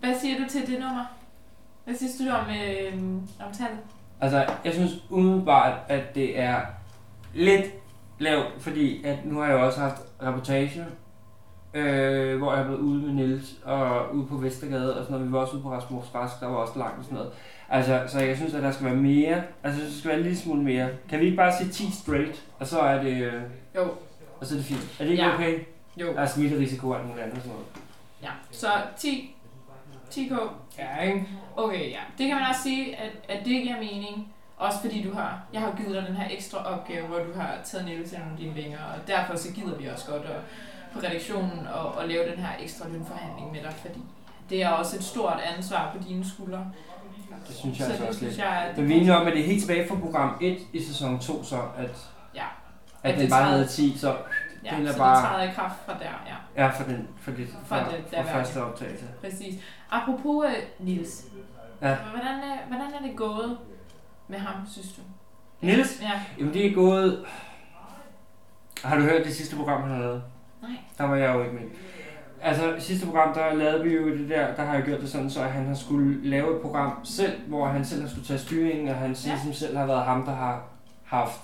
Hvad siger du til det nummer? Hvad synes du om tallet? Altså, jeg synes umiddelbart, at det er lidt lavt, fordi at nu har jeg også haft reportage, hvor jeg har været ude med Niels og ude på Vestergade og sådan noget. Vi var også ude på Rasmus Rask, der var også langt og sådan noget. Altså, så jeg synes, at der skal være mere. Altså, der skal være en lille smule mere. Kan vi ikke bare sige 10 straight, og så er det... Jo. Og så er det fint. Er det ikke okay? Jo. Der er smitterisiko og alt muligt andet og sådan noget. Ja, så 10k. Ja, ikke? Okay, ja. Det kan man også sige, at det giver mening. Også fordi jeg har givet dig den her ekstra opgave, hvor du har taget Niels ind dine vinger, og derfor så gider vi også godt på redaktionen og lave den her ekstra lønforhandling med dig, fordi det er også et stort ansvar på dine skuldre. Det synes jeg så også lidt. Men vi er enige om, at det er helt tilbage fra program 1 i sæson 2, så at den bare havde 10, så ja, den er så bare... det træder i kraft fra der, ja. Ja, fra første optagelse. Præcis. Apropos Niels, ja. Hvordan er det gået med ham, synes du? Niels? Ja. Jamen det er gået... Har du hørt det sidste program, han har lavet? Nej. Der var jeg jo ikke med. Altså, i sidste program, der lavede vi jo det der har jeg gjort det sådan, så at han har skulle lave et program selv, hvor han selv har skulle tage styringen, og han ligesom selv har været ham, der har haft...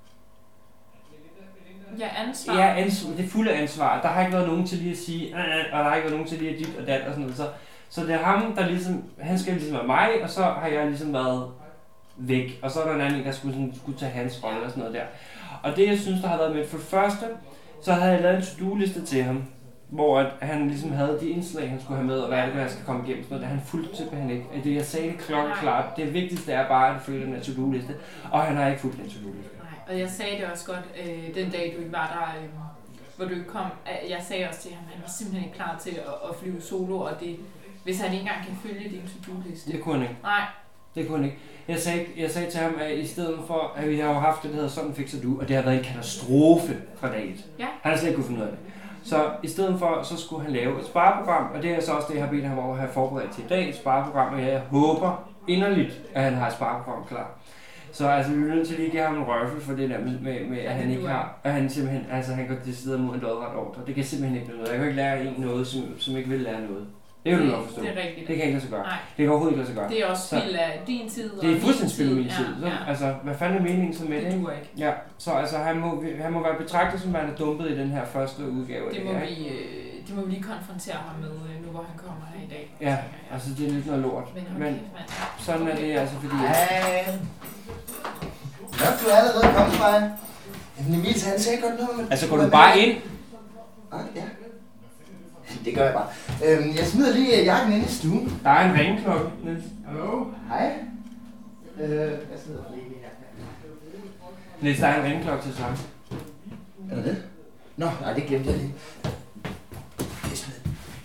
Ja, ansvar. Ja, det fulde ansvar. Der har ikke været nogen til lige at sige, og der har ikke været nogen til lige at dit og dat og sådan noget. Så det er ham, der ligesom, han skal ligesom være mig, og så har jeg ligesom været væk. Og så er der en anden, der skulle tage hans rolle og sådan noget der. Og det, jeg synes, der har været med for det første, så havde jeg lavet en to-do-liste til ham, hvor at han ligesom havde de indslag, han skulle have med, og hvad er det, jeg skal komme igennem. Sådan noget. Han fulgte simpelthen ikke. Det, jeg sagde det klokkeklart. Det vigtigste er bare at følge den her to-do-liste, og han har ikke fulgt den to-do-liste. Og jeg sagde det også godt den dag, du ikke var der, hvor du ikke kom. Jeg sagde også til ham, at han var simpelthen ikke klar til at flyve solo, og det, hvis han ikke engang kan følge din to-do-liste. Det kunne han ikke. Nej. Det kunne han ikke. Jeg sagde til ham, at i stedet for, at vi har jo haft det, der hedder Sådan fikser du, og det har været en katastrofe fra dag 1. Ja. Han har slet ikke kunne finde ud af det. Så i stedet for, så skulle han lave et spareprogram, og det er så også det, jeg har bedt ham om at have forberedt til i dag, et spareprogram, og jeg håber inderligt, at han har et spareprogram klar. Så altså, vi er nødt til lige at give ham en røffel for det der med at han ikke har, at han simpelthen, altså han går decideret mod en lodret ordre. Det kan simpelthen ikke noget. Jeg kan ikke lære en noget, som ikke vil lære noget. Det kan du nok forstå. Det er rigtigt. Det kan ikke lade sig gøre. Nej. Det kan overhovedet ikke lade sig gøre. Det er også spild af din tid. Det er fuldstændig spild af min tid. Ja. Altså, hvad fanden er meningen så med det? Det duer ikke. Ja, så altså, han må være betragtet som, at han er dumpet i den her første udgave. Det må vi lige konfrontere ham med, nu hvor han kommer her i dag. Ja, altså det er lidt noget lort. Men sådan er det altså, fordi... Hej. Nå, du er allerede kommet fra. Jamen Emil, han sagde godt noget, men... Altså, går du bare ind? Ja. Det gør jeg bare. Jeg smider lige jakken ind i stuen. Der er en ringeklokke, Niels. Hallo? Hej. Jeg smider lige her. Niels, der er en ringeklokke til sang. Er det? Nå, nej, det glemte jeg lige. Jeg smider.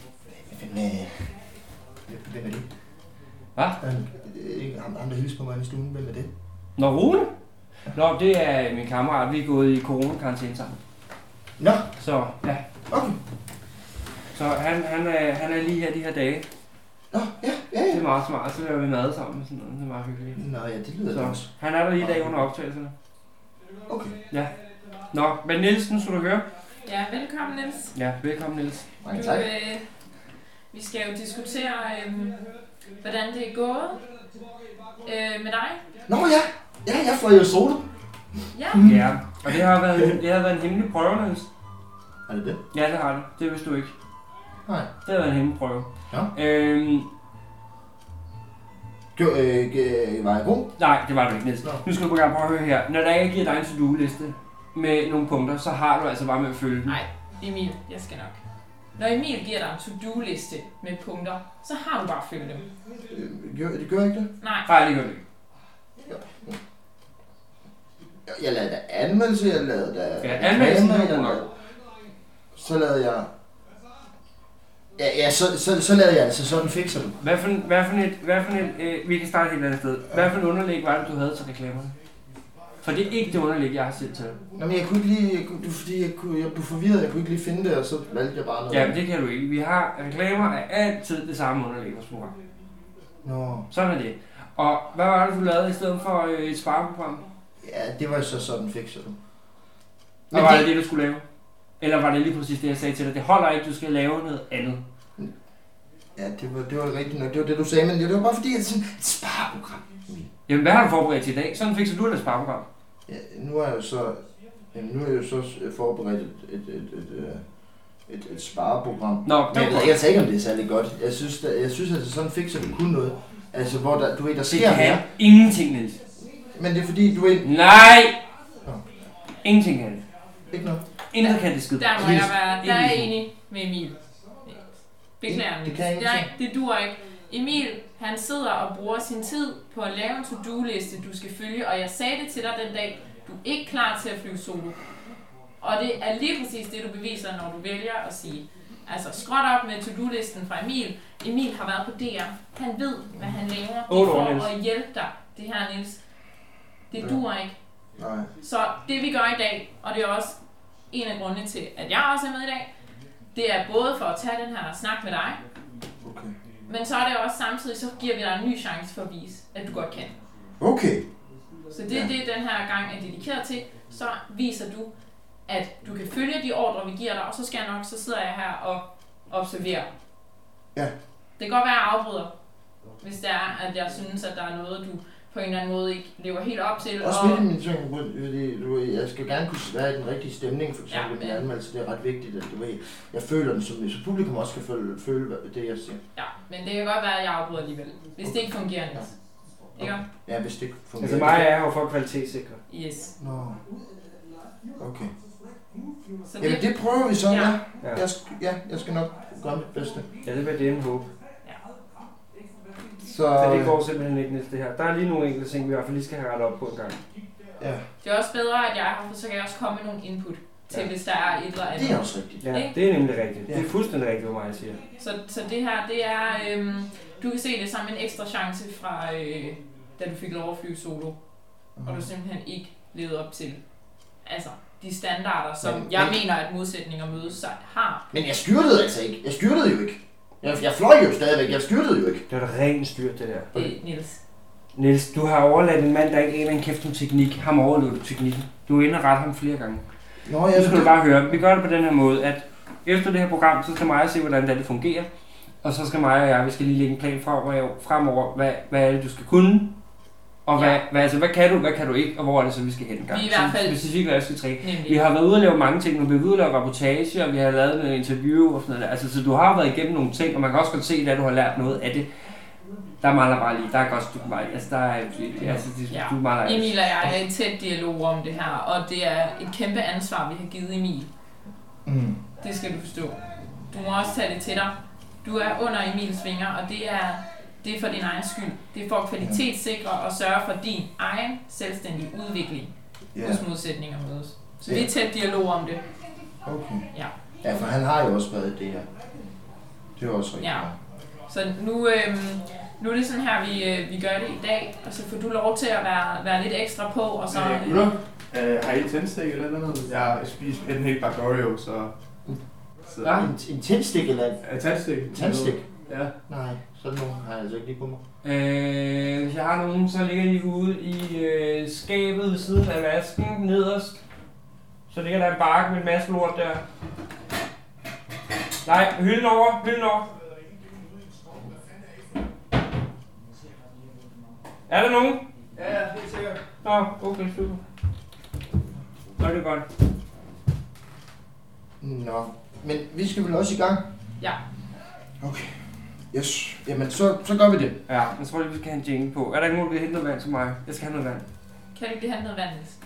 Hvem er det? Hvad? Ham, der hilser på mig i stuen. Hvem er det? Nå, Rune? Nå, det er min kammerat. Vi er gået i coronakarantæne sammen. Nå. Så, ja. Okay. Så han er lige her de her dage. Nå, ja. Det er meget smart, så laver vi mad sammen og sådan noget. Det er meget hyggeligt. Nå ja, det lyder også. Han er der lige i dag under optagelserne. Okay. Ja. Nå, men Niels, nu skal du høre. Ja, velkommen Niels. Ja, velkommen Niels. Mange tak. Vi skal jo diskutere, hvordan det er gået med dig. Nå ja, jeg får jo solo. Ja. Ja, og det har været en hemmelig prøve, Niels. Er det det? Ja, det har det. Det vidste du ikke. Nej. Det har været en hemmelig prøve. Ja. Var jeg god? Nej, det var du ikke, Niels. Nu skal du gerne prøve at høre her. Når jeg giver dig en to-do-liste med nogle punkter, så har du altså bare med at følge den. Nej, Emil, jeg skal nok. Når Emil giver dig en to-do-liste med punkter, så har du bare følge dem. Det gør ikke det? Nej, det gør det ikke. Jeg lavede da anmeldelse, jeg lavede da... Ja, anmeldelsen så lavede jeg... Ja, så lavede jeg altså sådan fikser du. Hvad for et vi kan starte et helt andet sted. Hvad for en underlæg var det, du havde til reklamerne? For det er ikke det underlæg, jeg har set til. Nå, men jeg kunne ikke lige... Jeg blev forvirret, jeg kunne ikke lige finde det, og så valgte jeg bare noget. Ja, det kan du ikke. Vi har reklamer af altid det samme underlæg hos program. Nå. Sådan er det. Og hvad var det, du lavede i stedet for et spareprogram? Ja, det var jo så sådan fikser du. Og var det, du skulle lave? Eller var det lige præcis det, jeg sagde til dig? Det holder ikke, du skal lave noget andet. Ja, det var rigtigt nok. Det var det, du sagde, men det var bare fordi, at det er sådan et spareprogram. Jamen, hvad har du forberedt til i dag? Sådan fikser du et spareprogram. Ja, nu er jeg jo så forberedt et spareprogram. Nå, Men jeg ved altså ikke, om det er særlig godt. Jeg synes at sådan fikser du kun noget. Altså, hvor der, du ved, der sker det kan mere. ingenting, Niels. Men det er fordi, du ved... Nej! Ingenting kan det. Ikke noget? Intet kan det skide. Der må jeg være, der er enig med Emil. Beklager, Det kan nej, det duer ikke. Emil, han sidder og bruger sin tid på at lave en to-do-liste, du skal følge, og jeg sagde det til dig den dag, du er ikke klar til at flyve solo. Og det er lige præcis det, du beviser, når du vælger at sige, altså skråt op med to-do-listen fra Emil. Emil har været på DR. Han ved, hvad han laver. Det for at hjælpe dig, det her, Niels. Det duer ikke. Nej. Så det vi gør i dag, og det er også en af grundene til, at jeg også er med i dag, det er både for at tage den her snak med dig, Okay. men så er det også samtidig, så giver vi dig en ny chance for at vise, at du godt kan. Okay. Så det er det, den her gang er dedikeret til. Så viser du, at du kan følge de ordre, vi giver dig, og så skal jeg nok, så sidder jeg her og observerer. Ja. Det kan godt være, at jeg afbryder, hvis det er, at jeg synes, at der er noget, du på en eller anden måde ikke lever helt op til. Også midt i min ting, fordi jeg skal gerne kunne være i den rigtige stemning, for eksempel med anmeldelse. Det er ret vigtigt, at du ved, jeg føler det, så publikum også kan føle det, jeg siger. Ja, men det kan godt være, at jeg afbryder alligevel, hvis det ikke fungerer. Ikke? Ja, hvis det ikke fungerer. Altså mig er jo for kvalitetssikre. Yes. Nå. Okay. Så Jamen det prøver vi så, ja. Jeg skal nok gøre mit bedste. Ja, det vil det en håb. Så det går simpelthen ikke næste det her. Der er lige nogle enkelte ting, vi i hvert fald lige skal have rettet op på en gang. Ja. Det er også bedre, at jeg har, så kan jeg også komme med nogle input til, hvis der er et eller andet. Det er også rigtigt. Ja, det er nemlig rigtigt. Det er fuldstændig rigtigt, hvad mig siger. Så det her, det er, du kan se det som en ekstra chance fra, da du fik lov at flyve solo, og du simpelthen ikke levede op til, altså, de standarder, som jeg mener, at modsætninger mødes sig har. Men jeg styrtede altså ikke. Jeg styrtede jo ikke. Jeg fløj jo stadigvæk. Jeg styrtede jo ikke. Det var da rent styrt, det der. Det er Niels. Niels, du har overladt en mand, der ikke aner en kæft om teknik. Ham overlod du teknikken. Du er inde og rette ham flere gange. Nå, Nu skal du bare høre. Vi gør det på den her måde, at efter det her program, så skal Maja se, hvordan det fungerer. Og så skal Maja og jeg, vi skal lige lægge en plan fremover, hvad er det, du skal kunne. Og hvad kan du ikke, og hvor er det så, vi skal hen en gang. Vi i hvert fald specifikt, hvad jeg skal træne. Vi har været ude og lave mange ting, nu vi har været ude og lave rapportage, og vi har lavet en interview og sådan noget. Altså, så du har været igennem nogle ting, og man kan også godt se, at du har lært noget af det. Der mangler bare lige, der er godt stykke vej. Altså, der er, du mangler. Emil og jeg er i tæt dialog om det her, og det er et kæmpe ansvar, vi har givet Emil. Det skal du forstå. Du må også tage det til dig. Du er under Emils vinger, og det er for din egen skyld. Det er for at kvalitetssikre og sørge for din egen selvstændige udvikling, hvis modsætninger mødes. Så vi er tæt dialog om det. Okay. Ja. Ja, for han har jo også været det her. Det er også rigtigt. Ja. Så nu er det sådan her, vi gør det i dag, og så får du lov til at være lidt ekstra på, og så... Har I tændstik eller noget? Jeg har spist en helt bakke Oreo, så... Ja, en tændstik eller... Tændstik? Ja. Nej, sådan nogle har jeg altså ikke lige på mig. Hvis jeg har nogen, så ligger de ude i skabet ved siden af vasken, nederst. Så ligger der en bakke med en masse lort der. Nej, hylden over. Er der nogen? Ja, helt sikkert. Nå, okay, super. Nå, det er godt. Nå, men vi skal vel også i gang? Ja. Okay. Yes. Jamen, så gør vi det. Ja, jeg tror lige, vi skal have en jingle på. Er der ikke nogen, der kan hente noget vand til mig? Jeg skal have noget vand. Kan du ikke lige have noget vand, Niels?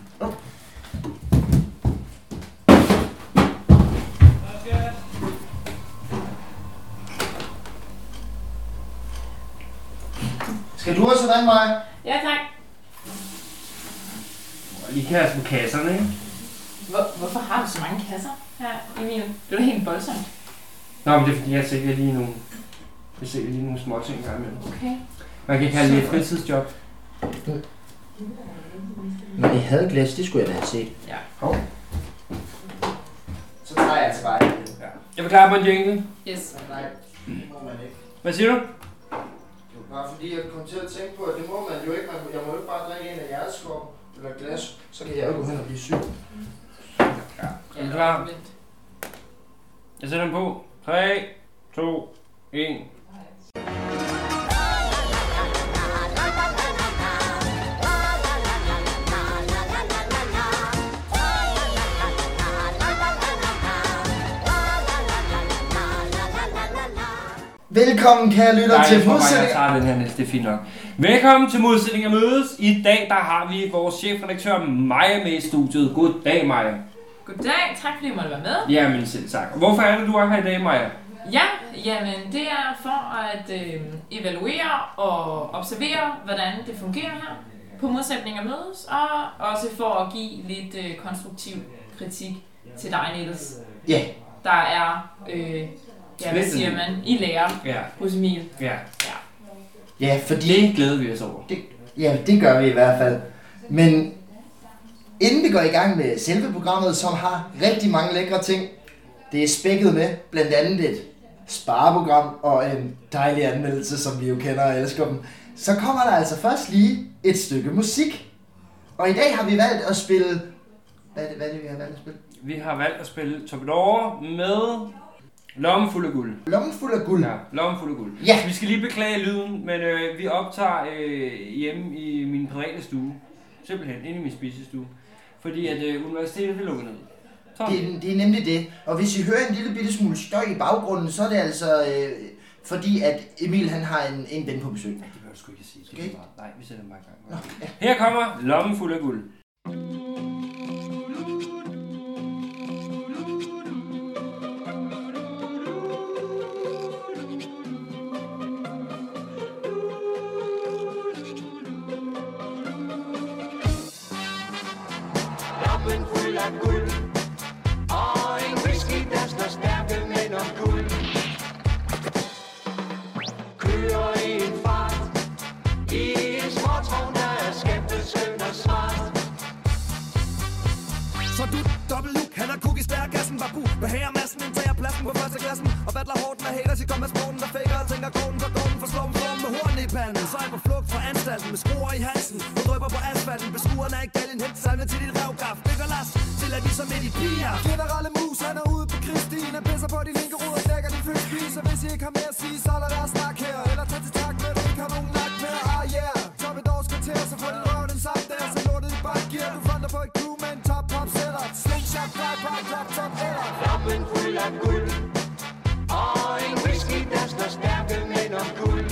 Skal du også have vand, Maja? Ja, tak. Lige kasse på kasserne, ikke? Hvorfor har du så mange kasser her, Emil? Det er da helt voldsomt. Nå, men det er fordi, jeg ser lige nogle små ting her imellem. Okay. Man kan kalde det et fritidsjob. Når I havde glas, det skulle jeg da have set. Ja. Hov. Så tager jeg til vejen. Ja. Jeg vil klare på en jingle. Yes. Nej, det må man ikke. Hvad siger du? Det var bare fordi, jeg kom til at tænke på, at det må man jo ikke. Jeg må jo ikke bare drikke en af jeres skår eller glas. Så kan jeg jo gå hen og blive syg. Ja. Er du klar? Jeg sætter den på. 3, 2, 1. Velkommen, kære lytter, til Modsætninger. Jeg tager den her næste, det er fint nok. Velkommen til Modsætninger Mødes. I dag der har vi vores chefredaktør Maja med i studiet. Goddag, Maja. Goddag, tak fordi I måtte være med. Jamen selv tak. Hvorfor er det, du er her i dag, Maja? Ja, jamen det er for at evaluere og observere, hvordan det fungerer her på Modsætninger Mødes, og også for at give lidt konstruktiv kritik til dig, Niels. Ja. Der er, hvad siger man, i lærer hos Emil. Ja, fordi... Det glæder vi os over. Det gør vi i hvert fald. Men inden vi går i gang med selve programmet, som har rigtig mange lækre ting, det er spækket med blandt andet et spareprogram og en dejlig anmeldelse, som vi jo kender og elsker dem, så kommer der altså først lige et stykke musik. Og i dag har vi valgt at spille... Hvad er det, vi har valgt at spille? Vi har valgt at spille Topidor med Lommen Fuld af Guld. Lommen Fuld af Guld? Ja, Lommen Fuld af Guld. Ja. Vi skal lige beklage lyden, men vi optager hjemme i min private stue. Simpelthen, inde i min spisestue. Fordi at universitetet vil lukke ned. Det er nemlig det. Og hvis I hører en lille bitte smule støj i baggrunden, så er det altså fordi, at Emil han har en ven på besøg. Nej, det behøver du sgu ikke sige. Okay. Nej, vi sætter dem bare i gang. Her kommer Lommen Fuld af Guld. Lommen fuld af guld, og en whisky, der står stærke med noget guld. Kører i en fart, i en småtron, der er skæmtet, skøn og smart. Så du, dobbelt-look, han er cookie stærk, gassen var bu. Behager massen, indtager pladsen på første klassen. Og battler hårdt med haters, I kommer med sporten, der faker og tænker gården for gården. For slår form med horn i panden. Så er på flugt fra anstalten med skruer i halsen. Og drøber på asfalten, beskueren er ikke galgen. Hent salve til dit revgaf, bygger last til at vise midt i piger. Generelle mus, han er ude på Kristin. Han pisser på de linke ruder, dækker din første Så hvis I ikke har mere at sige, så lad være snak her. Eller tag til tak med, at du ikke har nogen lagt mere. Ah yeah, top et års kvarter, så får din røv den samt der. Så lortet i bakgear, du fronter på et crew med en top seller. Slingshot, flypart, laptop eller Lommen fuld af guld, og en whisky, der står stærke med noget guld.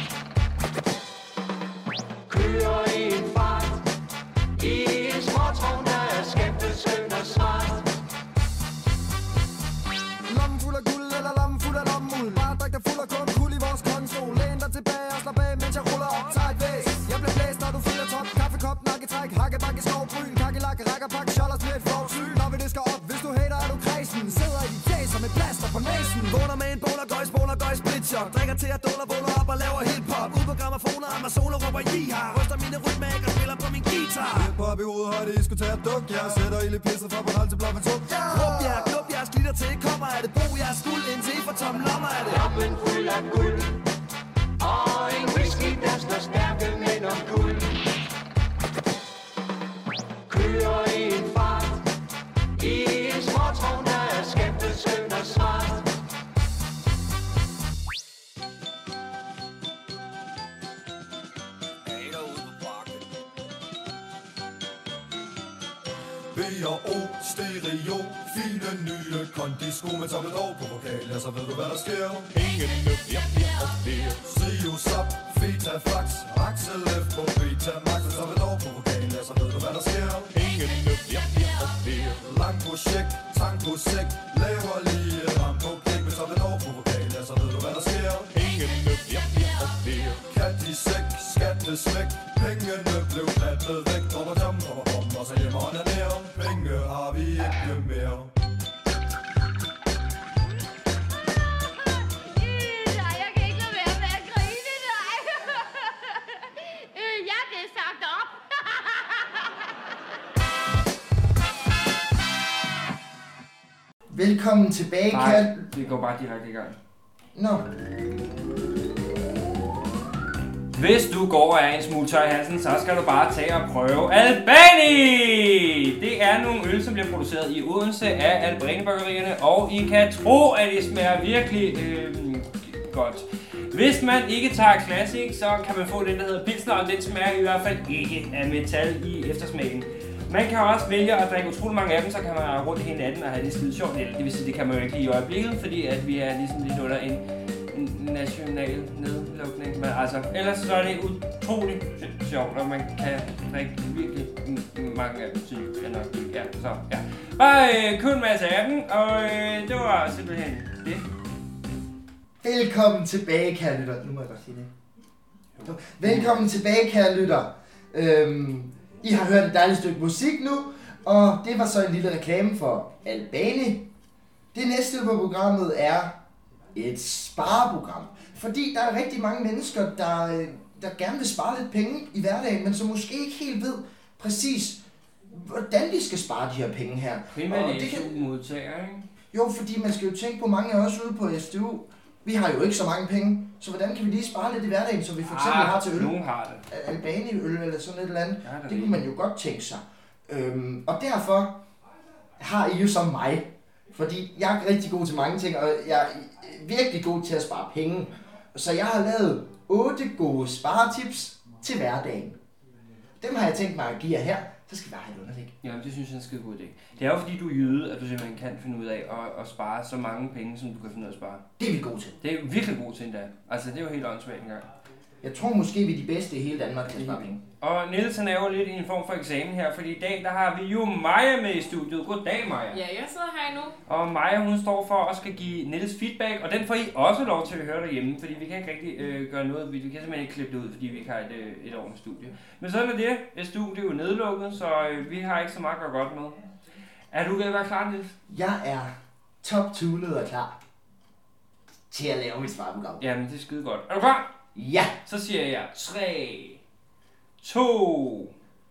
Kører i en fart, i en småtron, der er skæmtet, skøn og smart. lommen fuld af guld eller lommen fuld af lommeuld. Bare drik dig fuld af kun kul i vores kongestol. Læn dig tilbage og slap af, mens jeg ruller op. Tag et væs, jeg bliver blæst, når du fylder top. Kaffekop, nakketræk, hakkebakke, skovbryn. Kakkelak, rækkerpak, sjollers med et flowsyn. Når vi disker op, hvis du hater, er du kredsen. Sidder i dit jæser med plaster på næsen. Vågner med en bowler, gøjs, splitshot. Drikker til at doler, vågner op og laver hiphop. Ud på grammofoner, Amazoner, råber jiha. Ryster mine rytmæk og spiller på min guitar. Hjælp op i hovedet, har det skulle tage at dukke. Jeg sætter ild i pisset fra Bornholm til Blåvandshuk. Råb jer, knop jer, glitter til, kommer af det. Brug jeres skuld, indtil I får tomme lommer af det. Lommen fuld af guld, og en whisky, der står stærke med noget guld. Kører i en fart, i en småtron, der er skæmtet, skøn og smart. B&O, stereo, fine nye kondisko med toppet over på vokal. Ja, så ved du hvad der sker. Ingen nød, jeg bliver og bliver. Strio, sap, feta, flax, Axel F på beta, max med toppet over på vokal. Ja, så ved du hvad der sker. Ingen nød, jeg bliver og bliver. Lang projekt, tank på sæk, laver lige ram på klik med toppet over på vokal. Ja, så ved du hvad der sker. Ingen nød, jeg bliver og bliver. Kat i sæk, skattesmæk, pengene blev plattet væk. Dropper jam, dropper bom, og så hjemme og ned. Penge har vi ikke mere. Nej, jeg kan ikke lade være med at grine, nej. Jeg er blevet sagt op. Velkommen tilbage, Nej, kære... det går bare direkte i gang. Nå. Hvis du går og er en smule tør i halsen, så skal du bare tage og prøve Albani! Det er nogle øl, som bliver produceret i Odense af Albani-bryggerierne, og I kan tro, at det smager virkelig godt. Hvis man ikke tager Classic, så kan man få den, der hedder Pilsner, og den smager i hvert fald ikke af metal i eftersmagen. Man kan også vælge at drikke utrolig mange af dem, så kan man rundt hele natten og have det skide sjovt. Det vil sige, det kan man jo ikke i øjeblikket, fordi at vi er ligesom lidt under en national nedlukning. Men altså, ellers så er det utroligt sjovt, og man kan drikke virkelig mange af dem, synes jeg nok. Ja, så ja. Bare kun en masse af dem, og det var simpelthen det. Velkommen tilbage, kære lytter. Nu må jeg godt sige det. Velkommen tilbage, kære lytter. I har hørt et dejligt stykke musik nu, og det var så en lille reklame for Albani. Det næste på programmet er et spareprogram. Fordi der er rigtig mange mennesker, der gerne vil spare lidt penge i hverdagen, men som måske ikke helt ved præcis, hvordan de skal spare de her penge her. Primært SU-modtagere, ikke? Jo, fordi man skal jo tænke på mange af os ude på SDU. Vi har jo ikke så mange penge, så hvordan kan vi lige spare lidt i hverdagen, så vi for eksempel har til øl? Nogen har det. Albani-øl eller sådan et eller andet. Ja, det kunne man jo godt tænke sig. Og derfor har I jo som mig. Fordi jeg er rigtig god til mange ting, og jeg er virkelig god til at spare penge. Så jeg har lavet 8 gode sparetips til hverdagen. Dem har jeg tænkt mig at give jer her. Så skal vi bare have et underlæg. Jamen, det synes jeg er en skide god idé. Det er jo fordi, du er jyde, at du simpelthen kan finde ud af at spare så mange penge, som du kan finde ud af at spare. Det er vi gode til. Det er virkelig god til endda. Altså, det er jo helt åndssvagt engang. Jeg tror måske, vi er de bedste i hele Danmark til at spare penge. Og Niels han er jo lidt i en form for eksamen her, fordi i dag der har vi jo Maja med i studiet. Goddag, Maja. Ja, jeg sidder her nu. Og Maja, hun står for at skal give Niels feedback, og den får I også lov til at høre derhjemme, fordi vi kan ikke rigtig gøre noget. Vi kan simpelthen ikke klippe det ud, fordi vi ikke har et ordentligt studie. Men sådan er det. SDU det er jo nedlukket, så vi har ikke så meget at gøre godt med. Er du ved at være klar, Niels? Jeg er top-tunet og klar til at lave mit spareprogram. Jamen, det er skide godt. Er du klar? Ja! Så siger jeg 3, 2,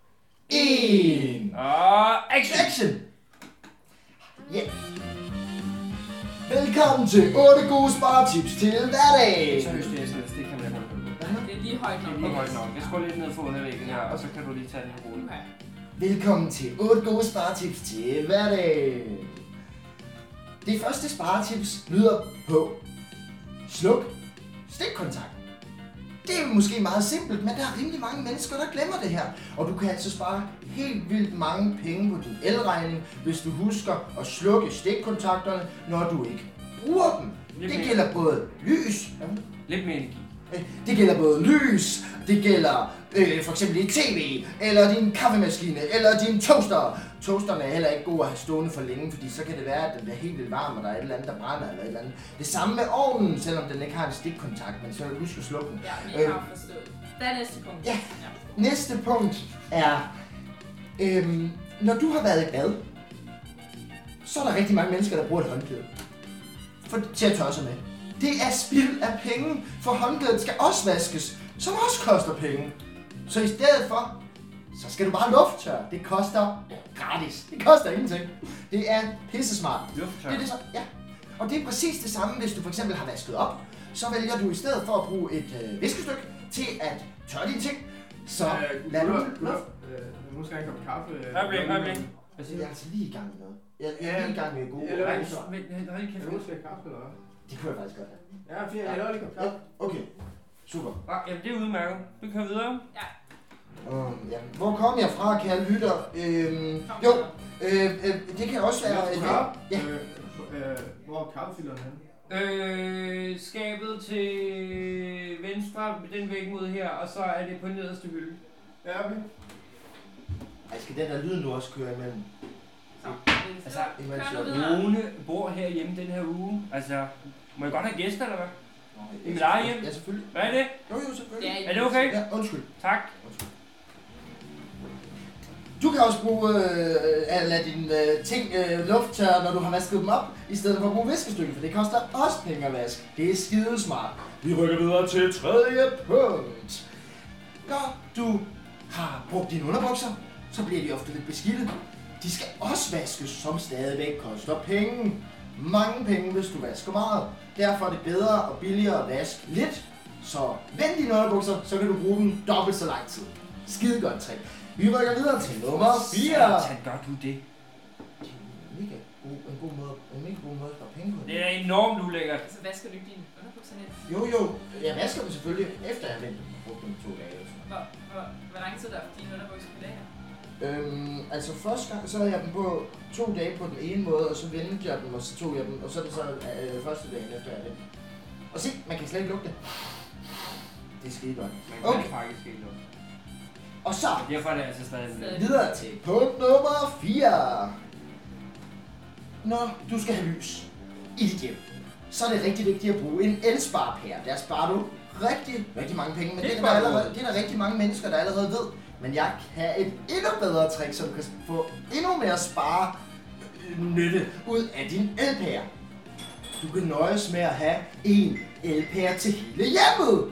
1 og action! Ja! Velkommen til 8 gode sparetips til hverdag! Så høster jeg sådan, det kan man ikke. Det er lige højt nok. Det er lige højt nok. Jeg skruer lidt ned for underlægget her, og så kan du lige tage den i hovedet. Okay. Velkommen til 8 gode sparetips til hverdag! Det første sparetips lyder på sluk stikkontakten. Det er måske meget simpelt, men der er rimelig mange mennesker, der glemmer det her. Og du kan altså spare helt vildt mange penge på din elregning, hvis du husker at slukke stikkontakterne, når du ikke bruger dem. Det gælder både lys. Lidt mere energi. Det gælder både lys, det gælder for eksempel din tv, eller din kaffemaskine, eller din toaster. Toasterne er heller ikke gode at have stående for længe, fordi så kan det være, at den bliver helt vildt varm, og der er et eller andet, der brænder, eller et eller andet. Det samme med ovnen, selvom den ikke har en stikkontakt, men så husk at slukke den. Ja, vi har forstået. Hvad er næste punkt? Ja, næste punkt er, når du har været i bad, så er der rigtig mange mennesker, der bruger et håndklæde til at tørre sig med. Det er spild af penge, for håndklædet skal også vaskes, som også koster penge. Så i stedet for, så skal du bare lufttørre. Det koster gratis. Det koster ingenting. Det er pissesmart. Lufttørre? Det er det så, ja. Og det er præcis det samme, hvis du for eksempel har vasket op. Så vælger du i stedet for at bruge et viskestykke til at tørre dine ting. Så lad du luft. Nu skal jeg ikke have kaffe. Øjeblik. Jeg er altså lige i gang med noget. Jeg er lige i gang med gode Eller rejser. nu skal jeg have kaffe, eller hvad? Det kunne jeg faktisk godt have. Ja, fint. Jeg laver lige kaffe. Okay. Super. Jamen, det er udmærket. Vi kører videre. Ja. Ja. Hvor kom jeg fra, kære lytter? Det kan også være... Ja. Hvor er kaffefilteren henne? Skabet til venstre, den væg mod her, og så er det på nederste hylde. Ja, okay. Ej, skal den der lyd nu også køre imellem? Altså, Kør nu videre. Lone bor herhjemme den her uge. Altså, må jeg godt have gæster, eller hvad? I mit eget hjem? Ja, selvfølgelig. Hvad er det? Jo, selvfølgelig. Er det okay? Ja, undskyld. Tak. Du kan også bruge at lade dine ting lufttørre, når du har vasket dem op, i stedet for at bruge viskestykke, for det koster også penge at vaske. Det er skidesmart. Vi rykker videre til tredje punkt. Når du har brugt dine underbukser, så bliver de ofte lidt beskidte. De skal også vaskes, som stadigvæk koster penge. Mange penge, hvis du vasker meget. Derfor er det bedre og billigere at vaske lidt. Så vend dine underbukser, så kan du bruge dem dobbelt så lang tid. Skide godt trick. Vi rykker videre til nummer 4. Satan, gør du det? En god måde at spare penge på. Det er enormt ulækkert. Altså, vasker du ikke dine underbukser lidt? Jo. Jeg vasker dem selvfølgelig, efter jeg har vendt dem og brugt dem 2 dage. Eller sådan. Hvor lang tid er der for dine underbukser på dagen? Altså første gang, så havde jeg dem på 2 dage på den ene måde, og så vendte jeg dem, og så tog jeg dem, og så er det så første dagen efter jeg vendte. Og se, man kan slet ikke lugte det. Det er skide godt. Man kan faktisk ikke lugte. Og så Derfor er det altså stadig videre til punkt nummer 4. Når du skal have lys i dit hjem, så er det rigtig vigtigt at bruge en elsparepære. Der sparer du rigtig mange penge, men det er der rigtig mange mennesker, der allerede ved. Men jeg kan et endnu bedre trick, så du kan få endnu mere nytte ud af din elpære. Du kan nøjes med at have en elpære til hele hjemmet.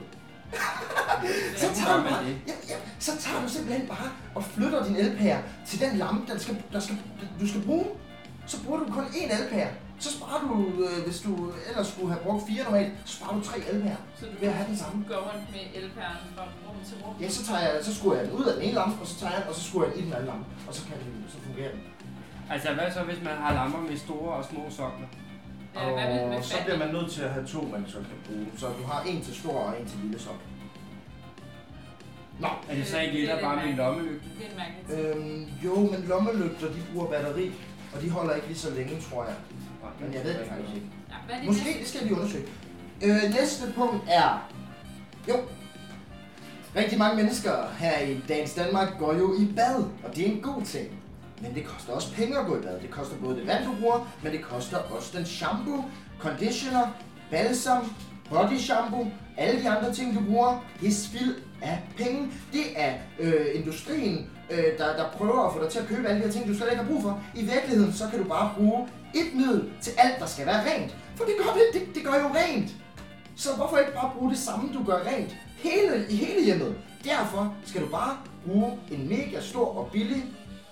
Så tager du simpelthen bare og flytter din elpære til den lampe, du skal bruge. Så bruger du kun én elpære. Så sparer du, hvis du ellers skulle have brugt 4 normalt, så sparer du 3 elpærer. Så du ved at have den samme. Går rundt med elpæren fra rum til rum? Ja, så skruer jeg den ud af den ene lampe, og så tager jeg den, og så skruer jeg den i den anden lampe. Og så fungerer den. Altså hvad så, hvis man har lamper med store og små sokler? Og så bliver man nødt til at have 2, man så kan bruge. Så du har en til stor og en til lille sokkel. Nå. Er det så ikke lidt bare med en lommelygte? Det er mærkeligt. Jo, men lommelygter, de bruger batteri, og de holder ikke lige så længe, tror jeg. Men jeg ved det faktisk ikke. Ja, måske, det skal vi undersøge. Næste punkt er... Jo. Rigtig mange mennesker her i dagens Danmark går jo i bad, og det er en god ting. Men det koster også penge at gå i bad. Det koster både det vand, du bruger, men det koster også den shampoo, conditioner, balsam, body shampoo, alle de andre ting, du bruger. Det er spild af penge. Det er industrien, der prøver at få dig til at købe alle de her ting, du slet ikke har brug for. I virkeligheden, så kan du bare bruge et middel til alt, der skal være rent. For det gør jo rent. Så hvorfor ikke bare bruge det samme, du gør rent i hele hjemmet? Derfor skal du bare bruge en mega stor og billig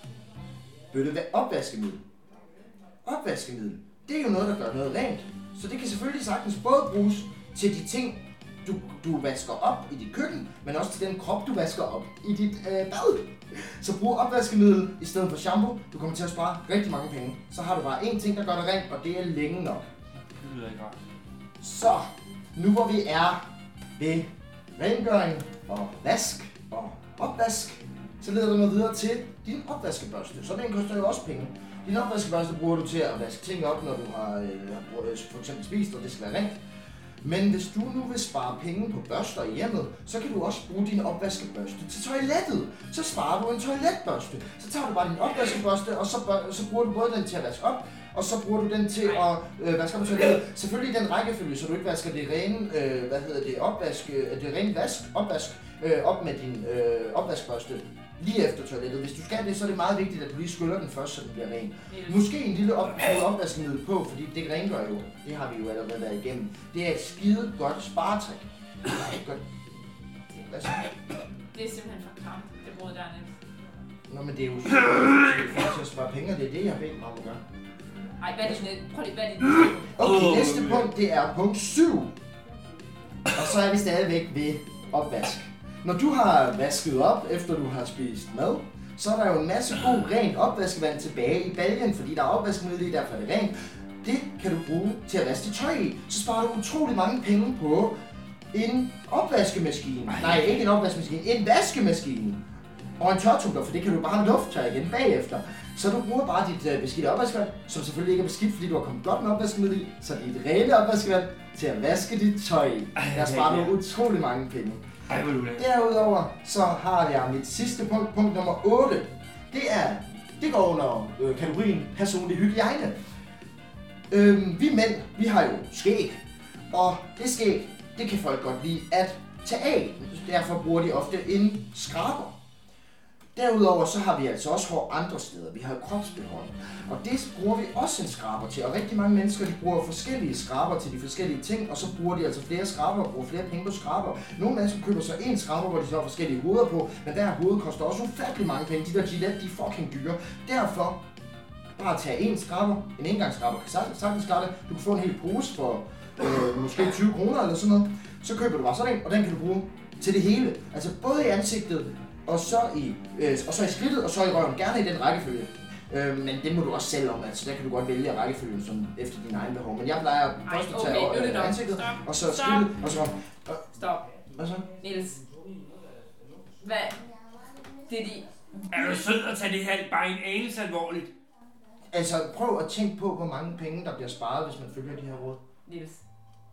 bøtte opvaskemiddel. Opvaskemiddel, det er jo noget, der gør noget rent. Så det kan selvfølgelig sagtens både bruges til de ting, du vasker op i dit køkken, men også til den krop, du vasker op i dit bad. Så brug opvaskemiddel i stedet for shampoo. Du kommer til at spare rigtig mange penge. Så har du bare én ting, der gør det rent, og det er længe nok. Det lyder ikke rart. Så, nu hvor vi er ved rengøring og vask og opvask, så leder du mig videre til din opvaskebørste. Så den koster jo også penge. Din opvaskebørste bruger du til at vaske ting op, når du har for eksempel spist, og det skal være rent. Men hvis du nu vil spare penge på børster i hjemmet, så kan du også bruge din opvaskebørste til toilettet. Så sparer du en toiletbørste. Så tager du bare din opvaskebørste, og så bruger du både den til at vaske op, og så bruger du den til at vaske op toilettet. Selvfølgelig i den rækkefølge, så du ikke vasker det rene, opvask op med din opvaskebørste lige efter toilettet. Hvis du skal det, så er det meget vigtigt, at du lige skyller den først, så den bliver ren. Måske en lille opvaskemiddel på, fordi det rengør jo. Det har vi jo allerede været igennem. Det er et skide godt sparetræk. Det er ikke godt. Det er simpelthen for kramt, det bruger der net. Nå, men det er jo for til at spare penge, det er det, jeg har bedt mig om at gøre. Ej, hvad er det net? Prøv lige, hvad er det? Okay, næste punkt, det er punkt 7. Og så er vi stadigvæk ved opvask. Når du har vasket op, efter du har spist mad, så er der jo en masse god rent opvaskevand tilbage i baljen, fordi der er opvaskemiddel i, derfor er det rent. Det kan du bruge til at vaske dit tøj i. Så sparer du utrolig mange penge på en opvaskemaskine. Nej, ikke en opvaskemaskine, en vaskemaskine. Og en tørretumbler, for det kan du bare lufttørre igen bagefter. Så du bruger bare dit beskidte opvaskevand, som selvfølgelig ikke er beskidt, fordi du har kommet godt med opvaskemiddel i, så dit rene opvaskevand til at vaske dit tøj i. Der sparer du utrolig mange penge. Derudover så har jeg mit sidste punkt, punkt nummer 8. Det går under kategorien personlig hygiejne. Vi mænd, vi har jo skæg, og det skæg, det kan folk godt lide at tage af. Derfor bruger de ofte en skraber. Derudover så har vi altså også hår andre steder. Vi har kropsbehåring, og det bruger vi også en skraber til. Og rigtig mange mennesker, de bruger forskellige skraber til de forskellige ting, og så bruger de altså flere skraber og bruger flere penge på skraber. Nogle mennesker køber så en skraber, hvor de så har forskellige hoveder på, men der hoved koster også ufattelig mange penge. De der Gillette, de er fucking dyre. Derfor bare tage en skraber, en engangsskraber, kan sagtens klare det. Du kan få en hel pose for måske 20 kroner eller sådan noget. Så køber du bare sådan en, og den kan du bruge til det hele. Altså både i ansigtet, og så i skridtet, og så i røven. Gerne i den rækkefølge. Men det må du også selv om, altså der kan du godt vælge rækkefølgen som efter din egen behov. Men jeg plejer først at tage ansigtet, og så skridtet, og så... Stop. Hvad så? Niels. Hvad? Det er de... Er du sød at tage det her bare en anelse alvorligt? Altså prøv at tænke på, hvor mange penge der bliver sparet, hvis man følger de her råd. Niels.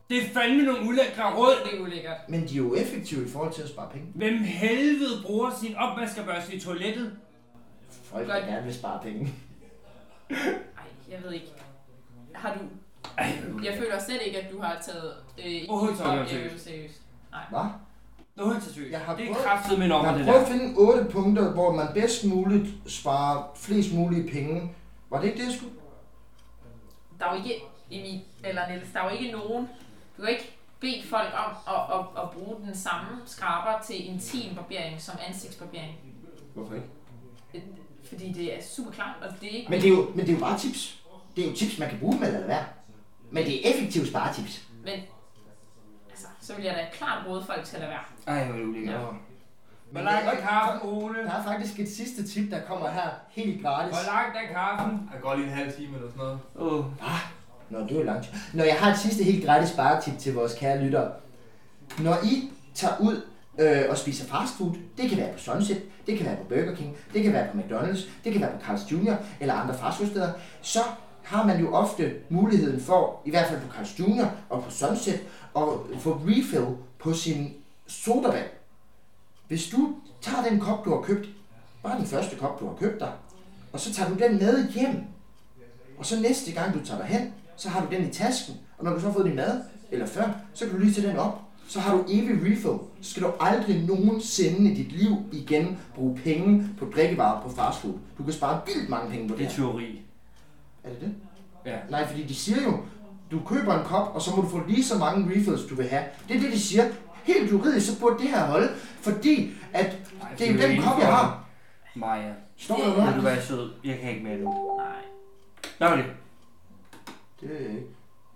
Det er fandme nogle ulækre råd. Det er ulækkert. Men de er jo effektive i forhold til at spare penge. Hvem helvede bruger sin opvaskerbørste i toilettet? Folk der gerne vil spare penge. Ej, jeg ved ikke. Har du... Jeg føler slet ikke, at du har taget seriøst. Nej. Hvad? Noget til seriøst. Jeg har Det er prøvet- kraftigt med om Jeg det har prøvet der. at finde 8 punkter, hvor man bedst muligt sparer flest mulige penge. Var det ikke det, jeg skulle? Der er jo ikke, Emil, eller Niels, der er jo ikke nogen... Du kan ikke bede folk om at bruge den samme skraber til intim barbering som ansigtsbarbering. Hvorfor ikke? Fordi det er super klart, og det er ikke... Men det er jo bare tips. Det er jo tips, man kan bruge med eller hvad. Men det er effektivt sparetips. Men altså, så vil jeg da klart råde folk til at lade være. Ej, hvor er det ulækkert. Ja. Hvor langt er kaffen, Ole? Der er faktisk et sidste tip, der kommer her helt gratis. Hvor langt er kaffen? Jeg går lige en halv time eller sådan noget. Nå, det er jo langt. Når jeg har et sidste helt gratis sparetip til vores kære lyttere. Når I tager ud og spiser fastfood, det kan være på Sunset, det kan være på Burger King, det kan være på McDonald's, det kan være på Carl's Jr. eller andre fastfoodsteder, så har man jo ofte muligheden for, i hvert fald på Carl's Jr. og på Sunset, at få refill på sin sodavand. Hvis du tager den kop, du har købt, bare den første kop, du har købt dig, og så tager du den med hjem, og så næste gang du tager derhen, så har du den i tasken, og når du så har fået din mad, eller før, så kan du lige tage den op. Så har du evig refill. Så skal du aldrig nogensinde i dit liv igen bruge penge på drikkevarer på fastfood. Du kan spare vildt mange penge på det. Det er teori. Er det det? Ja. Nej, fordi de siger jo, du køber en kop, og så må du få lige så mange refills, du vil have. Det er det, de siger. Helt juridisk, så burde det her holde, fordi at det er jo den kop, jeg har. Maja. Står der Vil noget? du være sød? Jeg kan ikke mere nu. Nej. Hvad var det? Det er ikke.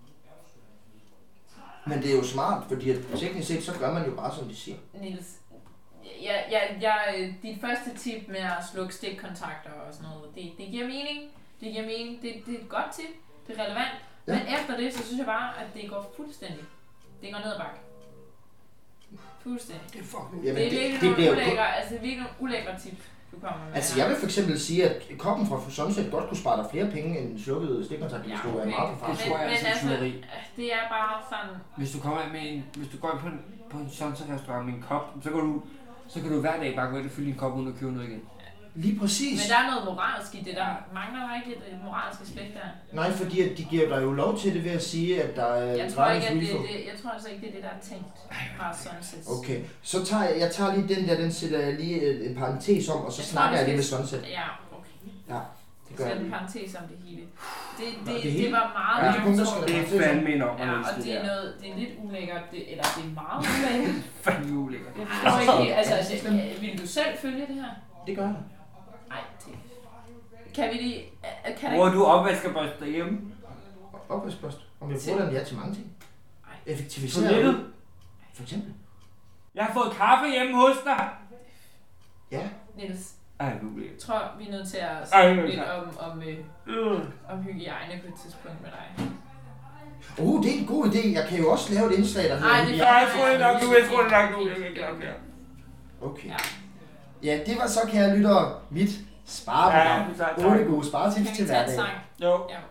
Men det er jo smart, fordi at teknisk set, så gør man jo bare, som de siger. Niels, dit første tip med at slukke stikkontakter og sådan noget, det giver mening. Det giver mening. Det er et godt tip. Det er relevant. Ja. Men efter det, så synes jeg bare, at det går fuldstændig. Det går ned ad bakke. Fuldstændig. Det er fucking... Det er Jamen, virkelig det bliver jo nogle ulækre, altså virkelig nogle ulækre tip, du kommer med. Altså, jeg vil for eksempel sige, at koppen fra Sunset godt kunne spare dig flere penge end en slukket stikkontakt, hvis du er meget på fart. tror jeg altså er tyveri. Det er bare sådan... Hvis du kommer med hvis du går ind på en Sunset-restaurant med en kop, så kan du hver dag bare gå ind og fylde din kop uden at købe noget igen. Lige præcis. Men der er noget moralsk i det, der mangler der ikke et moralsk aspekt der. Nej, fordi at de giver dig jo lov til det ved at sige, at der er Jeg tror ikke, at refill. jeg tror altså ikke, det er det, der er tænkt fra Sunset. Okay, så tager jeg tager lige den der, den sætter jeg lige en parentes om, og så snakker jeg lige med Sunset. Ja, okay. Ja, det Så gør er jeg en lige. parentes om det hele. Nå, det Det hele? var meget Hvilke punkter skal der Det er parentes om? fandme en om, Ja, og det er noget, det er lidt ulækkert, eller det er meget ulækkert. fandme ulækkert. Jeg forstår ikke helt, altså, vil du selv følge det her? Det gør jeg. Nej, det... Kan vi lige... Kan Bruger du opvaskerbørste derhjemme? Opvaskpost. Om jeg bruger den, ja, til mange ting. Effektivisere. Toilettet? For eksempel. Jeg har fået kaffe hjemme hos dig. Ja. Niels, Ej, det er ulækkert. jeg tror, vi er nødt til at Ej, snakke det lidt er om hygiejne på et tidspunkt med dig. Det er en god idé. Jeg kan jo også lave et indslag, der hedder... Ej, det er hygiejne. Jeg tror det nok nu, jeg tror det nok nu. Jeg er klar, okay. Okay. Ja. Ja, det var så, kære lyttere, mit spareprogram. vi tager en 8 sang. gode sparetips Kan til vi tage en hverdagen. sang? Jo. Ja.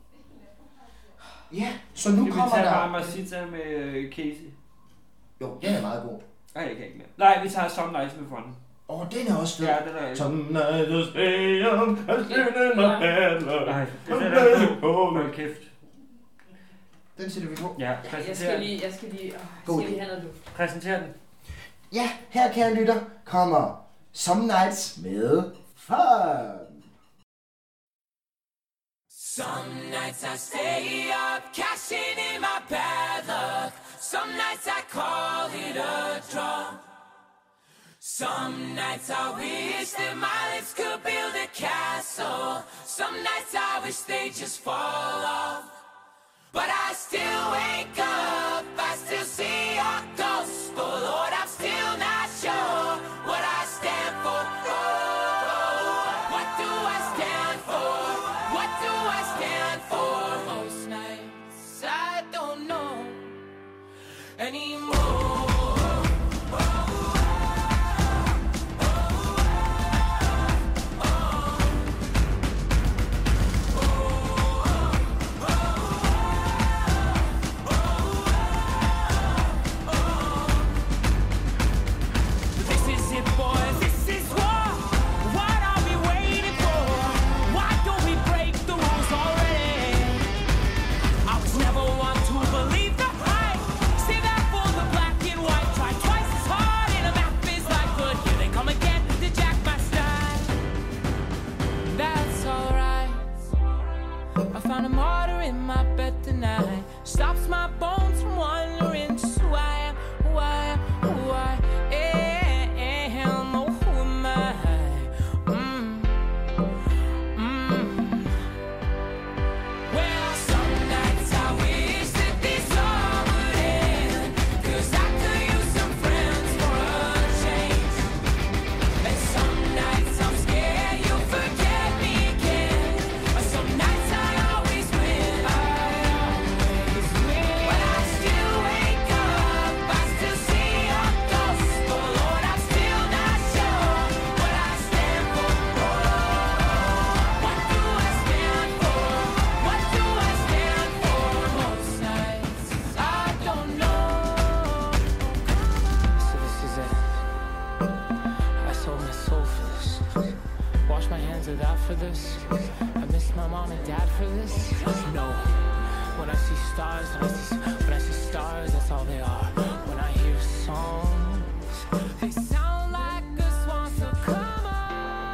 Ja, så nu Skal vi kommer tage der... Mamacita med Casey? Jo, den er meget god. Nej, jeg kan ikke mere. Nej, vi tager Some Nights med Fun. Den er også fed. Ja, det er der. Some nights stay young, I stand in my bed. Nej, det er der på. Hold kæft. Den sætter vi på. Ja, Jeg præsenter skal den. lige God have noget luft. Præsenter den. Ja, her, kære lytter, kommer Some Nights med Fun. Some nights I stay up, cashing in my bad luck. Some nights I call it a draw. Some nights I wish that my lips could build a castle. Some nights I wish they just fall off. But I still wake up, I still see your ghost. Oh Lord, I'm still not sure what I stand for. Oh, what do I stand for? What do I stand for? Most nights I don't know anymore. friends without for this. I miss my mom and dad for this. No, when I see stars, when I see stars, that's all they are. When I hear songs, they sound like a swan, so come on.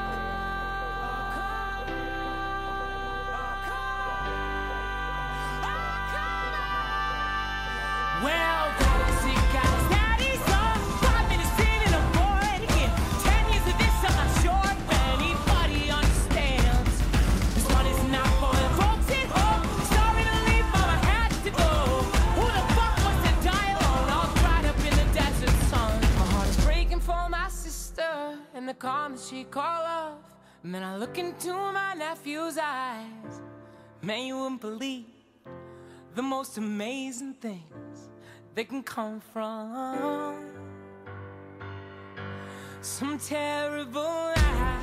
Well, Galaxy guys, daddy's on 5 minutes in and I'm bored again. 10 years of this, I'm not sure if anybody understands. This one is not for the folks at home. Sorry to leave, mama had to go. Who the fuck wants to die alone, all dried up in the desert sun? My heart is breaking for my sister and the comments she call off. And then I look into my nephew's eyes. Man, you wouldn't believe the most amazing things they can come from some terrible lie.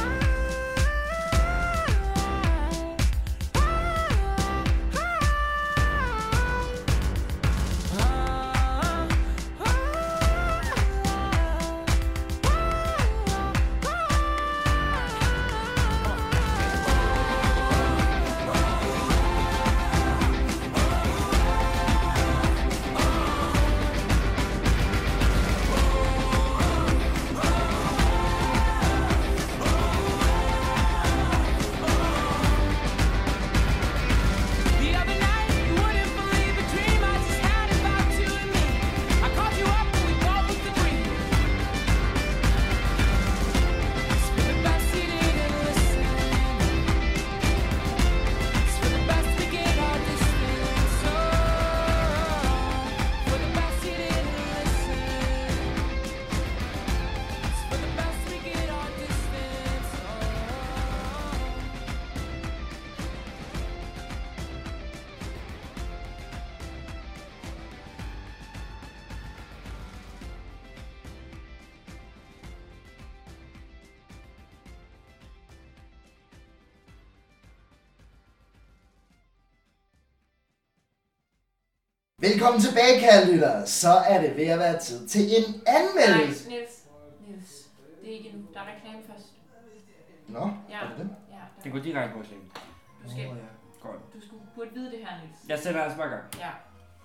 Velkommen tilbage, kære lyttere. Så er det ved at være tid til en anmeldelse. Nej, Niels. Det er ikke endnu. Der er reklame først. Nå, Ja. er det det? Ja. Det går direkte på reklame. Du skal, Godt. du burde vide det her, Niels. Jeg sætter altså bare i gang. Ja.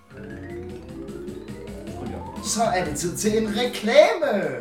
Så er det tid til en reklame.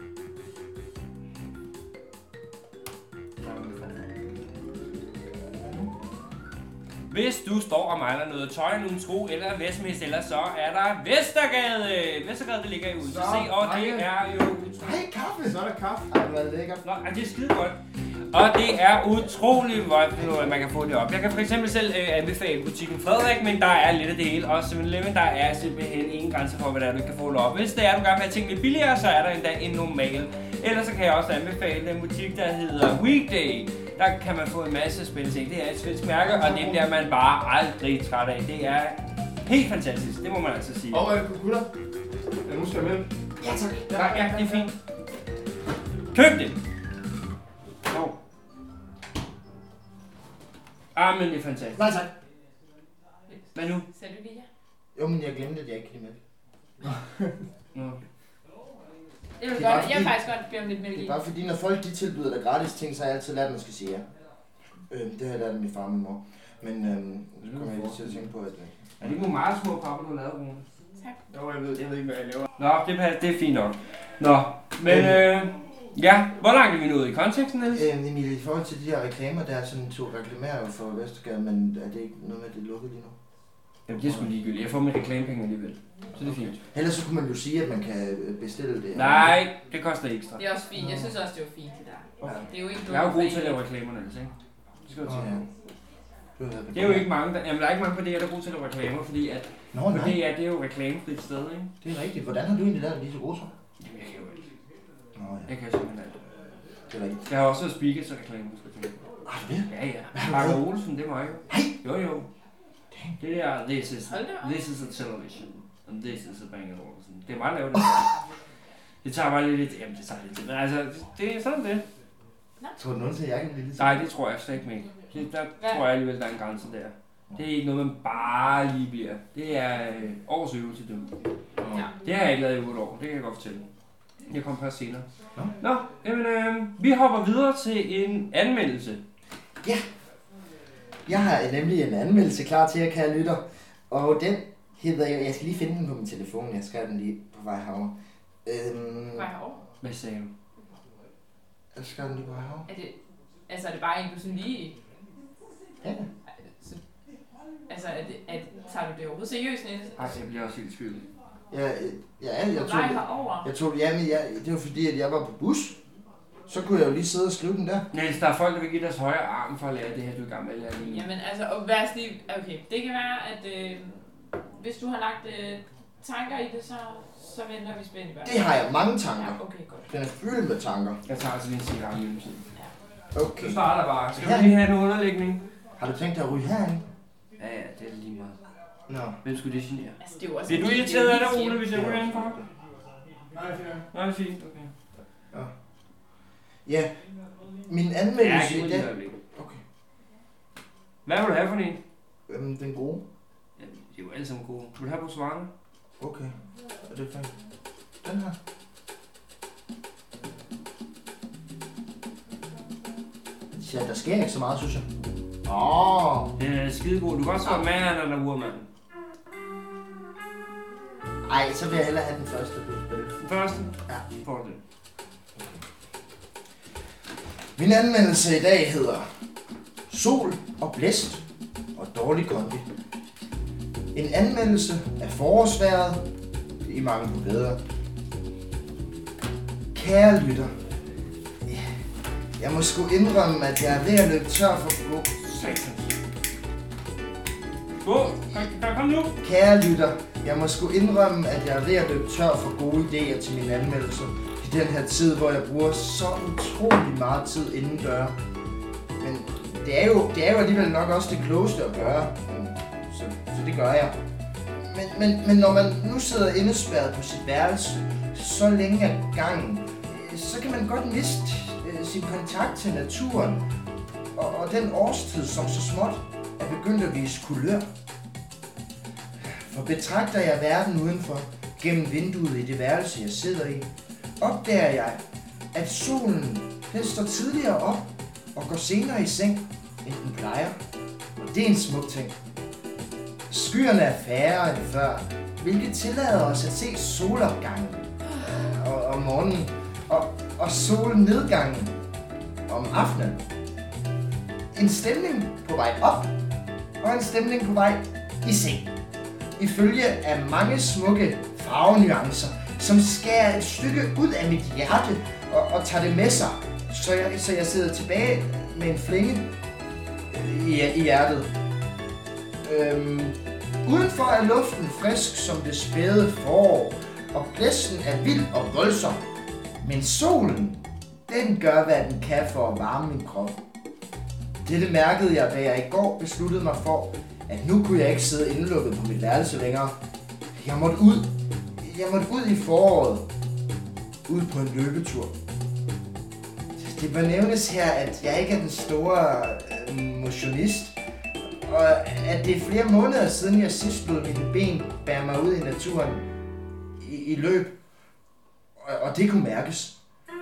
Hvis du står og mangler noget tøj, nogle sko eller hvad som helst, så er der Vestergade. Vestergade, det ligger i Odense. Se, og det er jo... Hej, kaffe. Så er der kaffe. Ej, hvor er det lækkert. Nå, det er skide godt. Og det er utrolig godt, at man kan få det op. Jeg kan for eksempel selv anbefale butikken Frederik, men der er lidt af det hele. Og 7-Eleven, der er simpelthen ingen grænse for, hvad der er, du kan få det op. Hvis det er, du gerne vil have ting lidt billigere, så er der endda en normal. Ellers så kan jeg også anbefale den butik, der hedder Weekday. Der kan man få en masse spændende ting. Det er et svensk mærke, og det bliver man bare aldrig træt af. Det er helt fantastisk, det må man altså sige. Og gutter, er nu skal jeg med? Ja, tak. Ja, det er fint. Køb det! Nå. Men det er fantastisk. Nej, tak. Hvad nu? Sagde du lige ja? Jo, men jeg glemte, at jeg ikke kan med. Nå. Jeg vil Det er godt. bare Jeg vil fordi- faktisk godt bede om lidt mælk Det i. er bare fordi, når folk de tilbyder dig gratis ting, så har jeg altid lært, at man skal sige ja. Det har jeg lært af min far og min mor. Men nu kommer jeg lige til at tænke på, at... Er det ikke nogle meget små papper, du har lavet, Rune? Tak. Jo, jeg ved ikke, hvad jeg laver. Nå, det er fint nok. Nå, men ja, hvor langt er vi nået i konteksten, Niels? Emilie, i forhold til de her reklamer, der er sådan to reklamerer for Vestergade, men er det ikke noget med, at det er lukket lige nu? Jamen, det er sgu ligegyldigt. Jeg får mit reklamepenge alligevel. Så det er fint. Ellers så kunne man jo sige, at man kan bestille det. Nej, det koster ekstra. Det er også fint. Jeg synes også, det var fint, det der. Okay. Det er jo ikke Jeg er jo god noget til at lave reklamer, Niels, ikke? Det skal du Nå, til. ja. Det er jo ikke mange, jamen der er ikke mange på DR, der er gode til at lave reklamer, fordi at Nå, på nej. DR, det er jo reklamefrit sted, ikke? Det er rigtigt. Hvordan har du egentlig lært at lige så god så? Jamen, jeg kan jo ikke. Nå, ja. Jeg kan simpelthen alt. Det er rigtigt. Jeg har også været speaker til reklamer, skal jeg tænke. Har du det? Ja, ja. Marker Olsen, det er mig jo. Hej! Jo. Det der, this is Hold da op. a television, and this is a Bang & Olufsen. Det er meget lavet det. Det tager bare lidt, jamen det tager lidt tid, men altså, det er sådan det. Tror du nogensinde, jeg kan blive lidt Nej, det tror jeg slet ikke med. Der tror jeg alligevel, der er en grænse der. Det er ikke noget, man bare lige bliver. Det er års øvelse, det. Ja. Det har jeg ikke lavet i 8 år, det kan jeg godt fortælle. Jeg kommer først senere. Nå, jamen, vi hopper videre til en anmeldelse. Ja. Jeg har nemlig en anmeldelse klar til jer, kære lytter. Og den hedder jeg skal lige finde den på min telefon. Jeg skrev den lige på vej herover. Vej herover? Hvad sagde du? Jeg skrev den lige på vej herover. Er det bare en, du sådan lige... Ja. Tager du det overhovedet seriøst, Niels? Ej, jeg bliver også helt i tvivl. Jeg tog det var fordi, at jeg var på bus. Så kunne jeg jo lige sidde og skrive den der. Niels, der er folk, der vil give deres højre arm for at lære det her, du er i gang med at lære lige. Jamen altså, og vær lige... Okay, det kan være, at hvis du har lagt tanker i det, så venter vi spændt i hvert fald. Det har jeg mange tanker. Ja, okay, godt. Den er fyldt med tanker. Jeg tager altså lige en cigaret i mellemtiden. Ja. Okay. Du starter bare. Skal vi lige have en underlægning? Har du tænkt dig at ryge herinde? Ja, det er lige meget. Nå. Hvem skulle det genere? Altså, det er jo også... Bliver du irriteret af dig, Ole, hvis jeg ryger indenfor? Nej, det er fint. Nej, det er fint. Okay. Ja. Min anmeldelse i dag... Okay. Hvad vil du have for en? Den gode. Ja, de er jo alle sammen gode. Vil du have på svarene? Okay. Er det fint? Den her. Ja, der sker ikke så meget, synes jeg. Den er skidegod. Du kan også være mand eller urmand. Ej, så vil jeg hellere have den første. Den første? Ja. Får det. Min anmeldelse i dag hedder Sol og blæst og dårlig kondi. En anmeldelse af forårsværet i mangel på bedre. Kære lytter, jeg må sgu indrømme, at jeg er ved at løbe tør for blod. Kom nu! Kære lytter, jeg må sgu indrømme, at jeg er ved at løbe tør for gode idéer til mine anmeldelser. I den her tid, hvor jeg bruger så utrolig meget tid indendør. Men det er jo alligevel nok også det klogeste at gøre. Så det gør jeg. Men når man nu sidder indespærret på sit værelse så længe ad gangen, så kan man godt miste sin kontakt til naturen og den årstid, som så småt er begyndt at vise kulør. For betragter jeg verden udenfor gennem vinduet i det værelse, jeg sidder i, opdager jeg, at solen den står tidligere op og går senere i seng, end den plejer. Og det er en smuk ting. Skyerne er færre end før, hvilket tillader os at se solopgangen om morgenen og solnedgangen om aftenen. En stemning på vej op og en stemning på vej i seng. Ifølge af mange smukke farvenuancer, som skærer et stykke ud af mit hjerte og tager det med sig, så jeg sidder tilbage med en flænge i hjertet. Udenfor er luften frisk som det spæde forår, og blæsten er vild og voldsom. Men solen, den gør, hvad den kan for at varme min krop. Dette mærkede jeg, da jeg i går besluttede mig for, at nu kunne jeg ikke sidde indelukket på mit værelse længere. Jeg måtte ud. Jeg måtte ud i foråret. Ud på en løbetur. Det bør nævnes her, at jeg ikke er den store motionist, og at det er flere måneder siden, jeg sidst lod mine ben bære mig ud i naturen i løb. Og det kunne mærkes.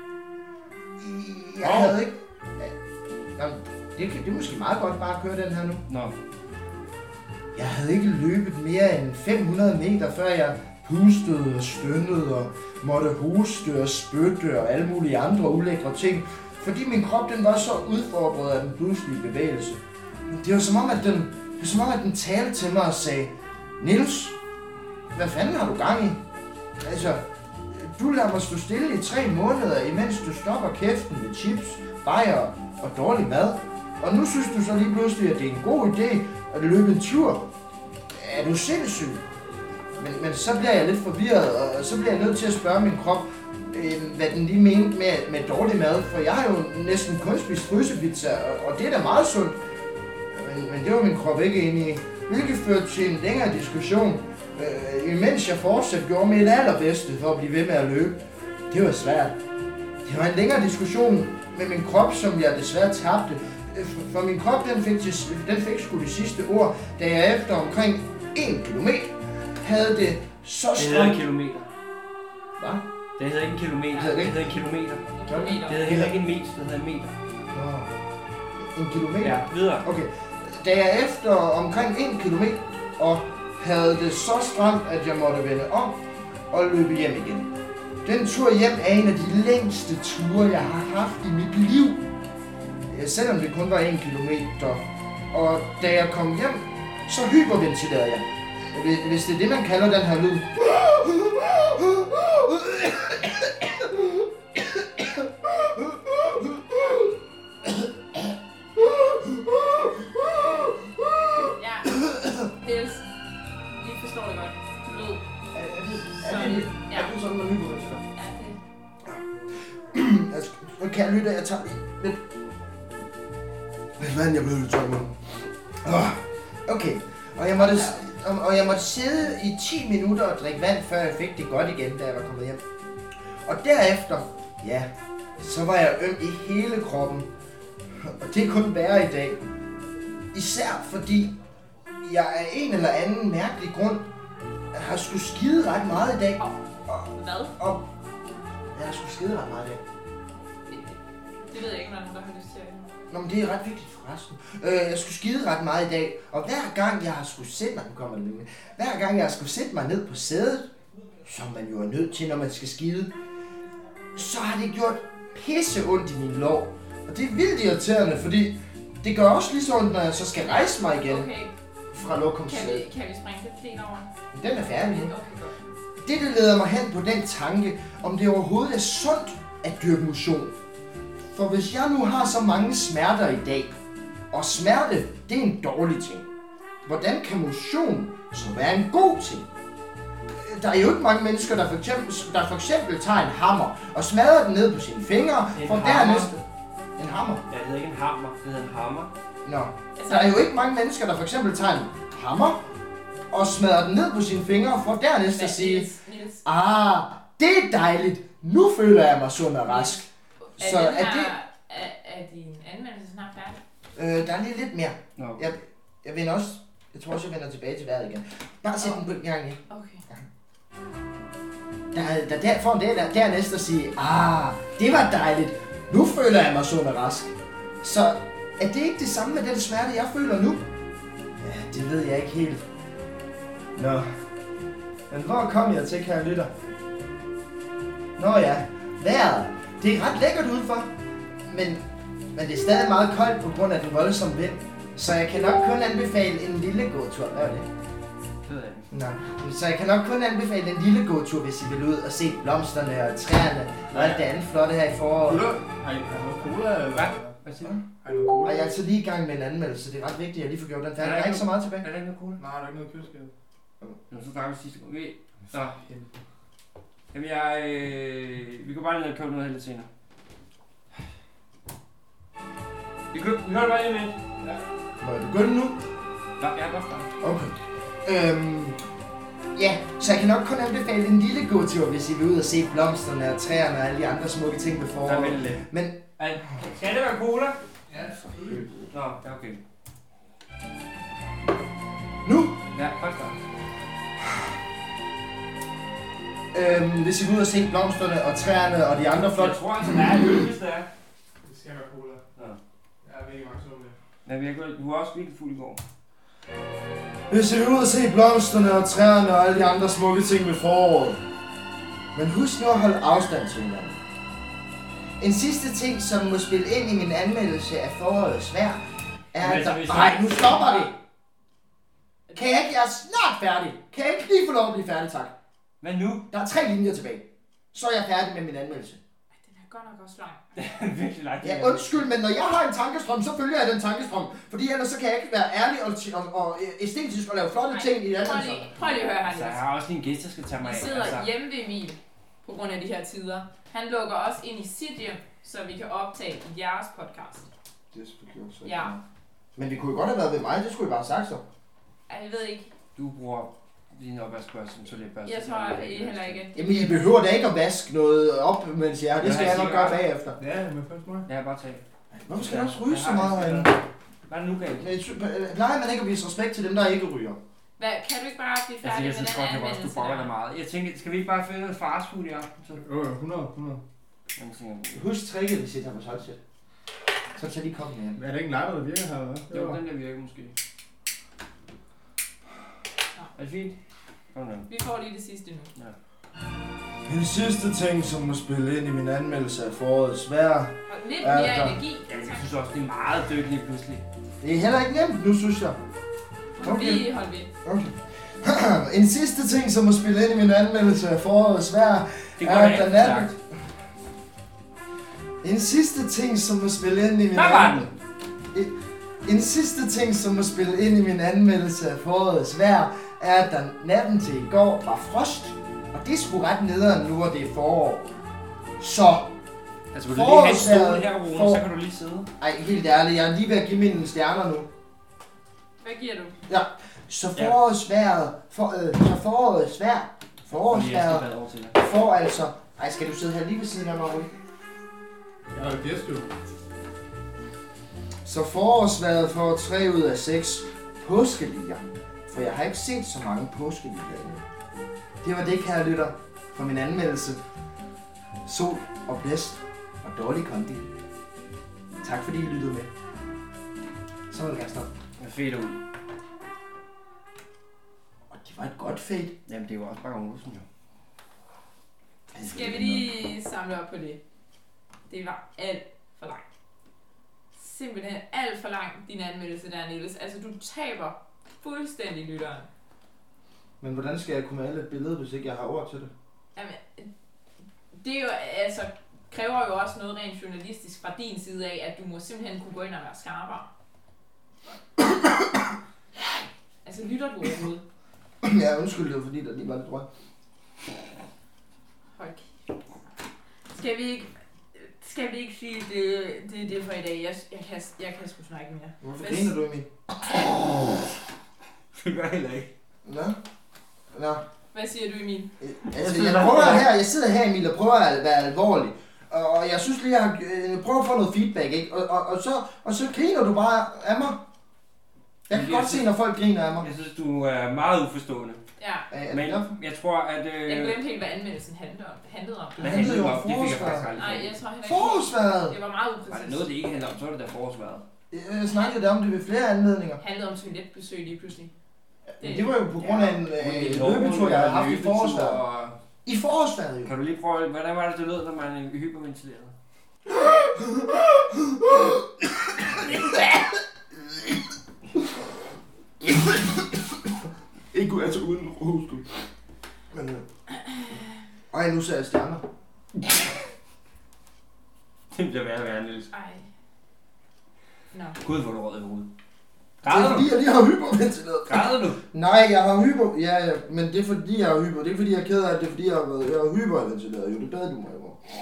Jeg havde ikke... Det er måske meget godt bare at køre den her nu. Nå. Jeg havde ikke løbet mere end 500 meter, før jeg pustede og stønnede og måtte hoste og spytte og alle mulige andre ulækre ting, fordi min krop den var så udfordret af den pludselige bevægelse. Det var som om, at den talte til mig og sagde, Niels, hvad fanden har du gang i? Altså, du lader mig stå stille i 3 måneder, imens du stopper kæften med chips, bajer og dårlig mad. Og nu synes du så lige pludselig, at det er en god idé at løbe en tur. Er du sindssyg? Men så bliver jeg lidt forvirret, og så bliver jeg nødt til at spørge min krop, hvad den lige mente med dårlig mad. For jeg har jo næsten kun spist frysepizza, og det er da meget sundt. Men det var min krop ikke enig i. Hvilket førte til en længere diskussion, imens jeg fortsat gjorde mit allerbedste for at blive ved med at løbe. Det var svært. Det var en længere diskussion med min krop, som jeg desværre tabte. For min krop, den fik sgu det sidste ord, da jeg efter omkring 1 kilometer havde det så stramt. 1 kilometer. Hvad? Det hedder ikke en kilometer. Hedder det Det ikke? hedder en kilometer. Kilometer. Det hedder heller ikke en meter, det hedder en meter. Nå. En kilometer? Ja, videre. Okay. Da jeg efter omkring 1 kilometer og havde det så stramt, at jeg måtte vende om og løbe hjem igen. Den tur hjem er en af de længste ture, jeg har haft i mit liv. Selvom det kun var 1 kilometer. Og da jeg kom hjem, så hyperventilerede jeg. Hvis det er det, man kalder den her lyd. Ja, Niels, vi forstår det godt. Du lød. Er du sådan, man hyperventilerer? Ja, det. Altså, kære lytter, jeg tager lidt vand, jeg blev lidt tør i munden. Okay, og jeg måtte sidde i 10 minutter og drikke vand, før jeg fik det godt igen, da jeg var kommet hjem. Og derefter, ja, så var jeg øm i hele kroppen. Og det kunne være i dag. Især fordi jeg af en eller anden mærkelig grund har skulle skide ret meget i dag. Hvad? Og jeg har skulle skide ret meget i dag. Det ved jeg ikke, om der er nogen, der har lyst til at... Nå, men det er ret vigtigt forresten. Jeg skulle skide ret meget i dag, og hver gang jeg har skulle sætte mig, hver gang jeg har skulle sætte mig ned på sædet, som man jo er nødt til, når man skal skide, så har det gjort pisse ondt i min lår. Og det er vildt irriterende, fordi det gør også lige så ondt, når jeg så skal rejse mig igen fra lokumsædet. Kan vi springe det plen over? Den er færdig. Okay, godt. Det leder mig hen på den tanke, om det overhovedet er sundt at dyrke motion. For hvis jeg nu har så mange smerter i dag, og smerte, det er en dårlig ting, hvordan kan motion så være en god ting? Der er jo ikke mange mennesker, der for eksempel tager en hammer og smadrer den ned på sine fingre, for dernæst... En hammer? Ja, det hedder ikke en hammer, det hedder en hammer. Nå. Der er jo ikke mange mennesker, der for eksempel tager en hammer og smadrer den ned på sine fingre, for dernæst at sige, det er dejligt, nu føler jeg mig sund og rask. Så er din anmeldelse snart færdig? Der er lige lidt mere. No. Jeg vender også. Jeg tror også, jeg vender tilbage til vejret igen. Bare sæt den på en gang. Okay. Der får det dernæst at sige, det var dejligt. Nu føler jeg mig sund og rask. Så er det ikke det samme med den smerte, jeg føler nu? Ja, det ved jeg ikke helt. Nå. Men hvor kom jeg til, kære lytter? Nå ja, vejret. Det er ret lækkert udenfor. Men det er stadig meget koldt på grund af den voldsomme vind. Så jeg kan nok kun anbefale en lille gåtur. Hvad er det? Det ved jeg ikke. Nej. Så jeg kan nok kun anbefale en lille gåtur, hvis I vil ud og se blomsterne og træerne og alt det andet flotte her i foråret. Har I noget cola? Hvad? Hvad siger du? Har I noget cola? Og jeg er altså lige i gang med en anmeldelse. Det er ret vigtigt, at jeg lige får gjort den færdig. Der er ikke så meget tilbage. Er der ikke noget cola? Nej, der er ikke noget køleskab. Nå, så drak vi sidste gang. Nå. Jamen vi går bare ned og købe noget helt senere. Vi kører bare lige med. Ja. Må jeg begynde nu? Ja, jeg er godt startet. Okay. Ja, så jeg kan nok kun anbefale en lille gåtur, hvis I vil ud og se blomsterne og træerne og alle de andre smukke ting ved foråret. Der er lidt. Men... Skal det være cola? Ja, selvfølgelig. Nå, ja, okay. Nu? Ja, godt start. Hvis I vil ud og se blomsterne og træerne og de andre flotte... Jeg tror altså, der er en øl, hvis det er. Det skal være cola. Ja. Jeg er virkelig mange summe. Ja, du var også virkelig fuld i går. Hvis I vil ud og se blomsterne og træerne og alle de andre smukke ting ved foråret. Men husk nu at holde afstand til hinanden. En sidste ting, som må spille ind i min anmeldelse af forårets vejr, er at der... Nej, nu stopper det! Kan jeg ikke? Jeg er snart færdig. Kan jeg ikke lige få lov at blive færdig, tak? Hvad nu? Der er 3 linjer tilbage. Så er jeg færdig med min anmeldelse. Den er godt nok også lang. Virkelig langt. Ja, undskyld, men når jeg har en tankestrøm, så følger jeg den tankestrøm. Fordi ellers så kan jeg ikke være ærlig og æstetisk og lave flotte ting i anmeldelser. Prøv lige at høre her, Så jeg har også lige en gæst, der skal tage mig af. Vi sidder hjemme ved Emil på grund af de her tider. Han lukker os ind i sit hjem, så vi kan optage jeres podcast. Det er selvfølgelig også. Ja. Men vi kunne jo godt have været ved mig, det skulle I bare have sagt så. Jeg ved ikke. Du bruger din opvaskebørste som toiletbørste. Jeg tror heller ikke. Jamen, I behøver da ikke at vaske noget op, mens jeg er. Det skal jeg nok gøre bagefter. Ja, men først mig. Ja, bare tage. Hvorfor skal du også ryge så meget herinde? Hvad er det nu galt? Plejer man ikke at vise respekt til dem, der ikke ryger? Hvad, kan du ikke bare blive færdig Jeg synes med godt, den at du anmeldelse brokker der? dig meget. Jeg tænker, skal vi ikke bare finde noget fastfood i aften? Så? Jo, 100. Husk tricket, hvis I tager på solsæt. Så tager de koppen med. Er det ikke en lighter, der virker her, eller hvad? Jo, den der virker måske. Er det fint? Vi får lige det sidste nu. Ja. En sidste ting, som må spille ind i min anmeldelse af forårets vejr. Og lidt mere energi. Ja, jeg synes også, det er meget dødt lige pludselig. Det er heller ikke nemt nu, synes jeg. Vi holder ved. Okay. En sidste ting, som må spille ind i min anmeldelse af forårets vejr, er, at der natten... En sidste ting, som må spille ind i min En sidste ting, som må spille ind i min anmeldelse af forårets vejr, er, at der natten til i går var frost. Og det er sgu ret nederen nu, og det er forår. Så... Altså, vil du lige have en stol her, Rune, så kan du lige sidde. Ej, helt ærligt, jeg er lige ved at give mine stjerner nu. Hvad giver du? Ja, så forårets vejret... Så forårets vejr... Forårets vejret... For altså... Ej, skal du sidde her lige ved siden af mig, Rune? Jeg er jo gæst, jo. Så forårsvejret får 3 ud af 6 påskeliger. For jeg har ikke set så mange påskeliger endnu. Det var det, kære lytter, for min anmeldelse. Sol og blæst og dårlig kondi. Tak fordi I lyttede med. Så vil jeg gerne stoppe. Det er fedt ud. Og det var et godt fedt. Jamen, det er jo også bare Olsen, jo. Skal vi lige samle op på det? Det var alt for langt. Simpelthen alt for langt, din anmeldelse der, Niels. Altså, du taber fuldstændig lytteren. Men hvordan skal jeg kunne male et billede, hvis ikke jeg har ord til det? Jamen, det er jo, altså, kræver jo også noget rent journalistisk fra din side af, at du må simpelthen kunne gå ind og være skarpere. Altså, lytter du overhovedet? Ja, undskyld, det var fordi, der lige var lidt rød. Hold kæft. Skal vi ikke sige, det er for i dag? Jeg kan sgu snakke mere. Hvorfor griner du, Emil? Det gør jeg heller ikke. Nå? Hvad siger du, Emil? Jeg sidder her, Emil, og prøver at være alvorlig. Og jeg synes lige, jeg prøver at få noget feedback, ikke? Og så griner du bare af mig. Jeg kan godt se, når folk griner af mig. Jeg synes, du er meget uforstående. Ja. Men jeg tror, at... Jeg glemte helt, hvad anmeldelsen handlede om. Hvad handlede det om? Det fik jeg faktisk aldrig. Nej, jeg tror heller ikke. Forårsvejret! Det var meget upræcist. Var det noget, det ikke handler om, så var det da forårsvejret. Jeg snakkede om det ved flere anledninger. Handlede om toiletbesøg lige pludselig. Det var jo på grund af en løbetur, jeg havde haft i forårsvejret. I forårsvejret jo. Kan du lige prøve, hvordan var det lød, når man hyperventilerede? Ikke altså uden hoste. Men ej, nu ser jeg stjerner. Det bliver værre og værre, Niels. Ej. Nå. Gud, hvor du rød i hovedet. Det er fordi, jeg lige har hyperventileret. Græder du? Nej, jeg har hyper... Ja, men det er fordi, jeg har hyper. Det er ikke fordi, jeg er ked af det. Det er fordi, jeg har hyperventileret. Jo, det bad du mig i går.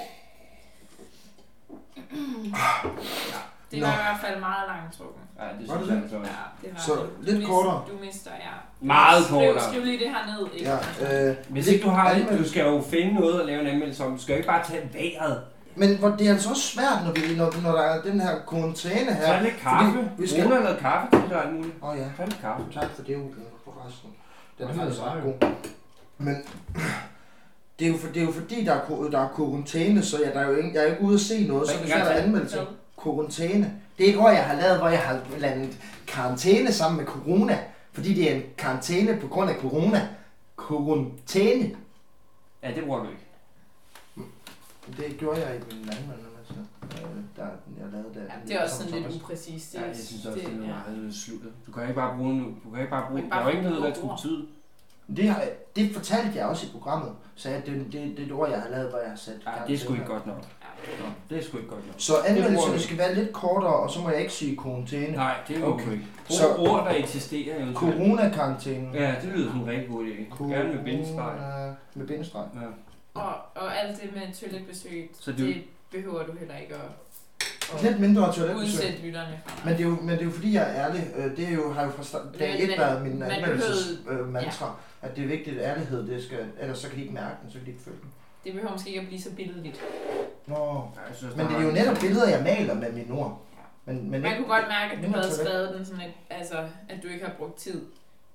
Det var i hvert fald meget langt trukken. Ja, det synes jeg så. Ja, det var så lidt kortere. Du mister, ja. Meget kortere. Skriv lige det her ned, ikke? Ja, hvis ikke du har det, du skal jo finde noget at lave en anmeldelse om. Du skal jo ikke bare tage vejret. Men det er altså også svært, når der er den her karantæne her. Så er lidt kaffe. Vi skal have noget kaffe til dig alt muligt. Ja. Så er lidt kaffe. Tak for det, forresten. Den er faktisk ret god. Men det er jo fordi, der er karantæne, så jeg er jo ikke ude at se noget, så det er der anmeldelse. Karantæne. Det er et ord, jeg har lavet, hvor jeg har landet karantæne sammen med corona. Fordi det er en karantæne på grund af corona. Karantæne. Ja, det bruger du ikke. Det gjorde jeg i min anmeldelse. Jeg lavede det. Ja, det er også sådan lidt upræcist. Ja, jeg synes også, det er meget sluttet. Du kan ikke bare bruge nu. Der er jo ikke noget, der skulle betyde. Det fortalte jeg også i programmet, så det er et ord, jeg har lavet, hvor jeg har sat. Ja, det er sgu ikke godt nok. Det er sgu ikke godt nok. Så anmeldelserne skal være lidt kortere, og så må jeg ikke sige karantæne. Nej, det er okay. Brug ord, der eksisterer jo. Corona-karantæne. Ja, det lyder som en rigtig god idé. Gerne med bindestreg. Med bindestreg. Ja. Og alt det med toiletbesøg, det behøver du heller ikke at lidt mindre toiletbesøg. udsætte lytterne fra. Men det er jo fordi, jeg er ærlig. Det er jo, har jo fra dag 1 været min anmeldelsesmantra, at det er vigtigt, at ærlighed, det skal, ellers så kan de ikke mærke den, så kan de ikke føle den. Det behøver måske ikke at blive så billedligt. Nå, men det er jo netop billeder, jeg maler med mine ord. Men man kunne godt mærke, at du havde skrevet den sådan, at du ikke har brugt tid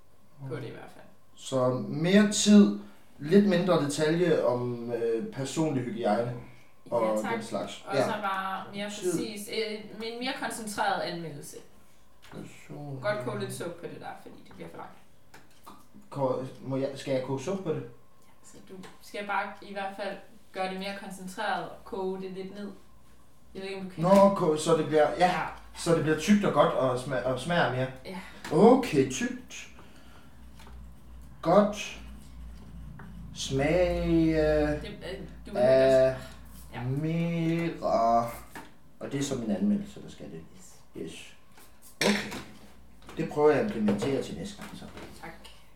på det i hvert fald. Så mere tid, lidt mindre detalje om personlig hygiejne og Ja, tak. den slags. Og så bare mere præcis, en mere koncentreret anmeldelse. Godt koge lidt suppe på det der, fordi det bliver for langt. Skal jeg koge suppe på det? Så du skal bare i hvert fald gøre det mere koncentreret og koge det lidt ned. Jeg ved ikke, om du kan. Så det bliver, så det bliver tykt og godt og smager mere. Ja. Okay, tykt. Godt. Smag Du af mere. Og det er så min anmeldelse, der skal det. Yes. Okay. Det prøver jeg at implementere til næste gang. Så. Tak.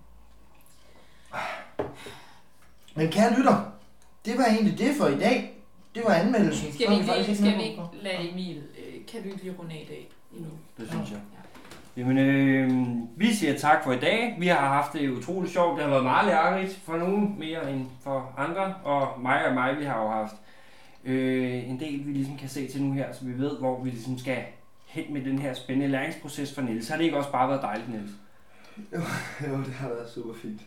Men kære lytter, det var egentlig det for i dag. Det var anmeldelsen. Skal vi ikke lade Emil, kan du ikke lige runde af i dag endnu? Det synes jeg. Jamen, vi siger tak for i dag. Vi har haft det utroligt sjovt. Det har været meget lærerigt for nogen mere end for andre. Og mig, vi har jo haft en del, vi ligesom kan se til nu her, så vi ved, hvor vi ligesom skal hen med den her spændende læringsproces for Niels. Har det ikke også bare været dejligt, Niels? Jo, det har været super fint.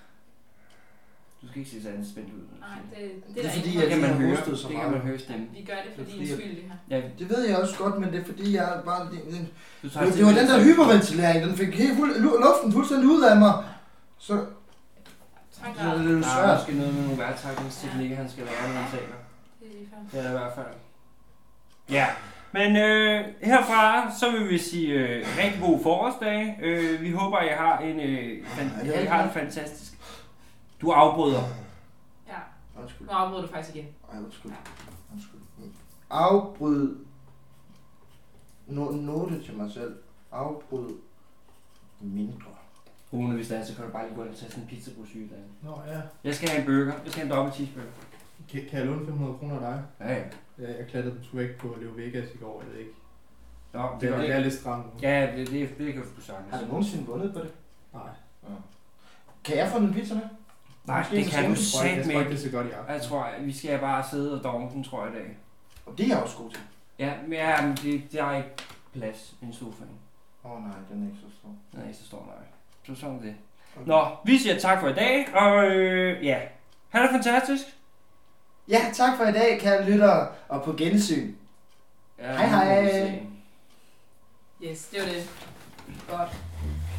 Du skal ikke se så andet spændt ud. Nej, det er fordi, det kan man høre. Så det kan man høre stemme. Vi gør det for din skyld, det her. Ja. Det ved jeg også godt, men det er fordi, jeg bare... Det var den der hyperventilering, den fik luften fuldstændig ud af mig. Så... Det er jo svært. Der er måske noget med nogle værtrækningsteknikker, han skal lære, når han taler. Det er det i hvert fald. Ja, men herfra, så vil vi sige rigtig god forårsdag. Vi håber, I har en fantastisk... Du afbryder. Ja, nu afbryder du faktisk igen. Ej, undskyld. Afbryd. Note til mig selv. Afbryd mindre. Rune, hvis det er, så kan du bare lige gå ind og tage sådan en pizzabrochure derinde. Nå ja. Jeg skal have en burger. Jeg skal have en dobbelt cheeseburger. Kan jeg låne 500 kroner af dig? Ja. Jeg klattede den sgu væk på Leo Vegas i går, jeg ved ikke. Nå, det er lidt stramt. Ja, det kan du sagtens. Har du nogensinde vundet på det? Nej. Ja. Kan jeg få den pizza med? Nej, det kan du sætte med. Jeg tror ikke, det er så godt i aften. Jeg tror, vi skal bare sidde og dogne den, tror jeg, i dag. Og det er jeg også god til. Ja, men der er ikke plads i en sofaen. Nej, den er ikke så stor. Den er ikke så stor, nej. Så sådan det. Okay. Nå, vi siger tak for i dag, og ja, ha' det fantastisk. Ja, tak for i dag, kære lyttere, og på gensyn. Ja, hej hej. Yes, det var det. Godt.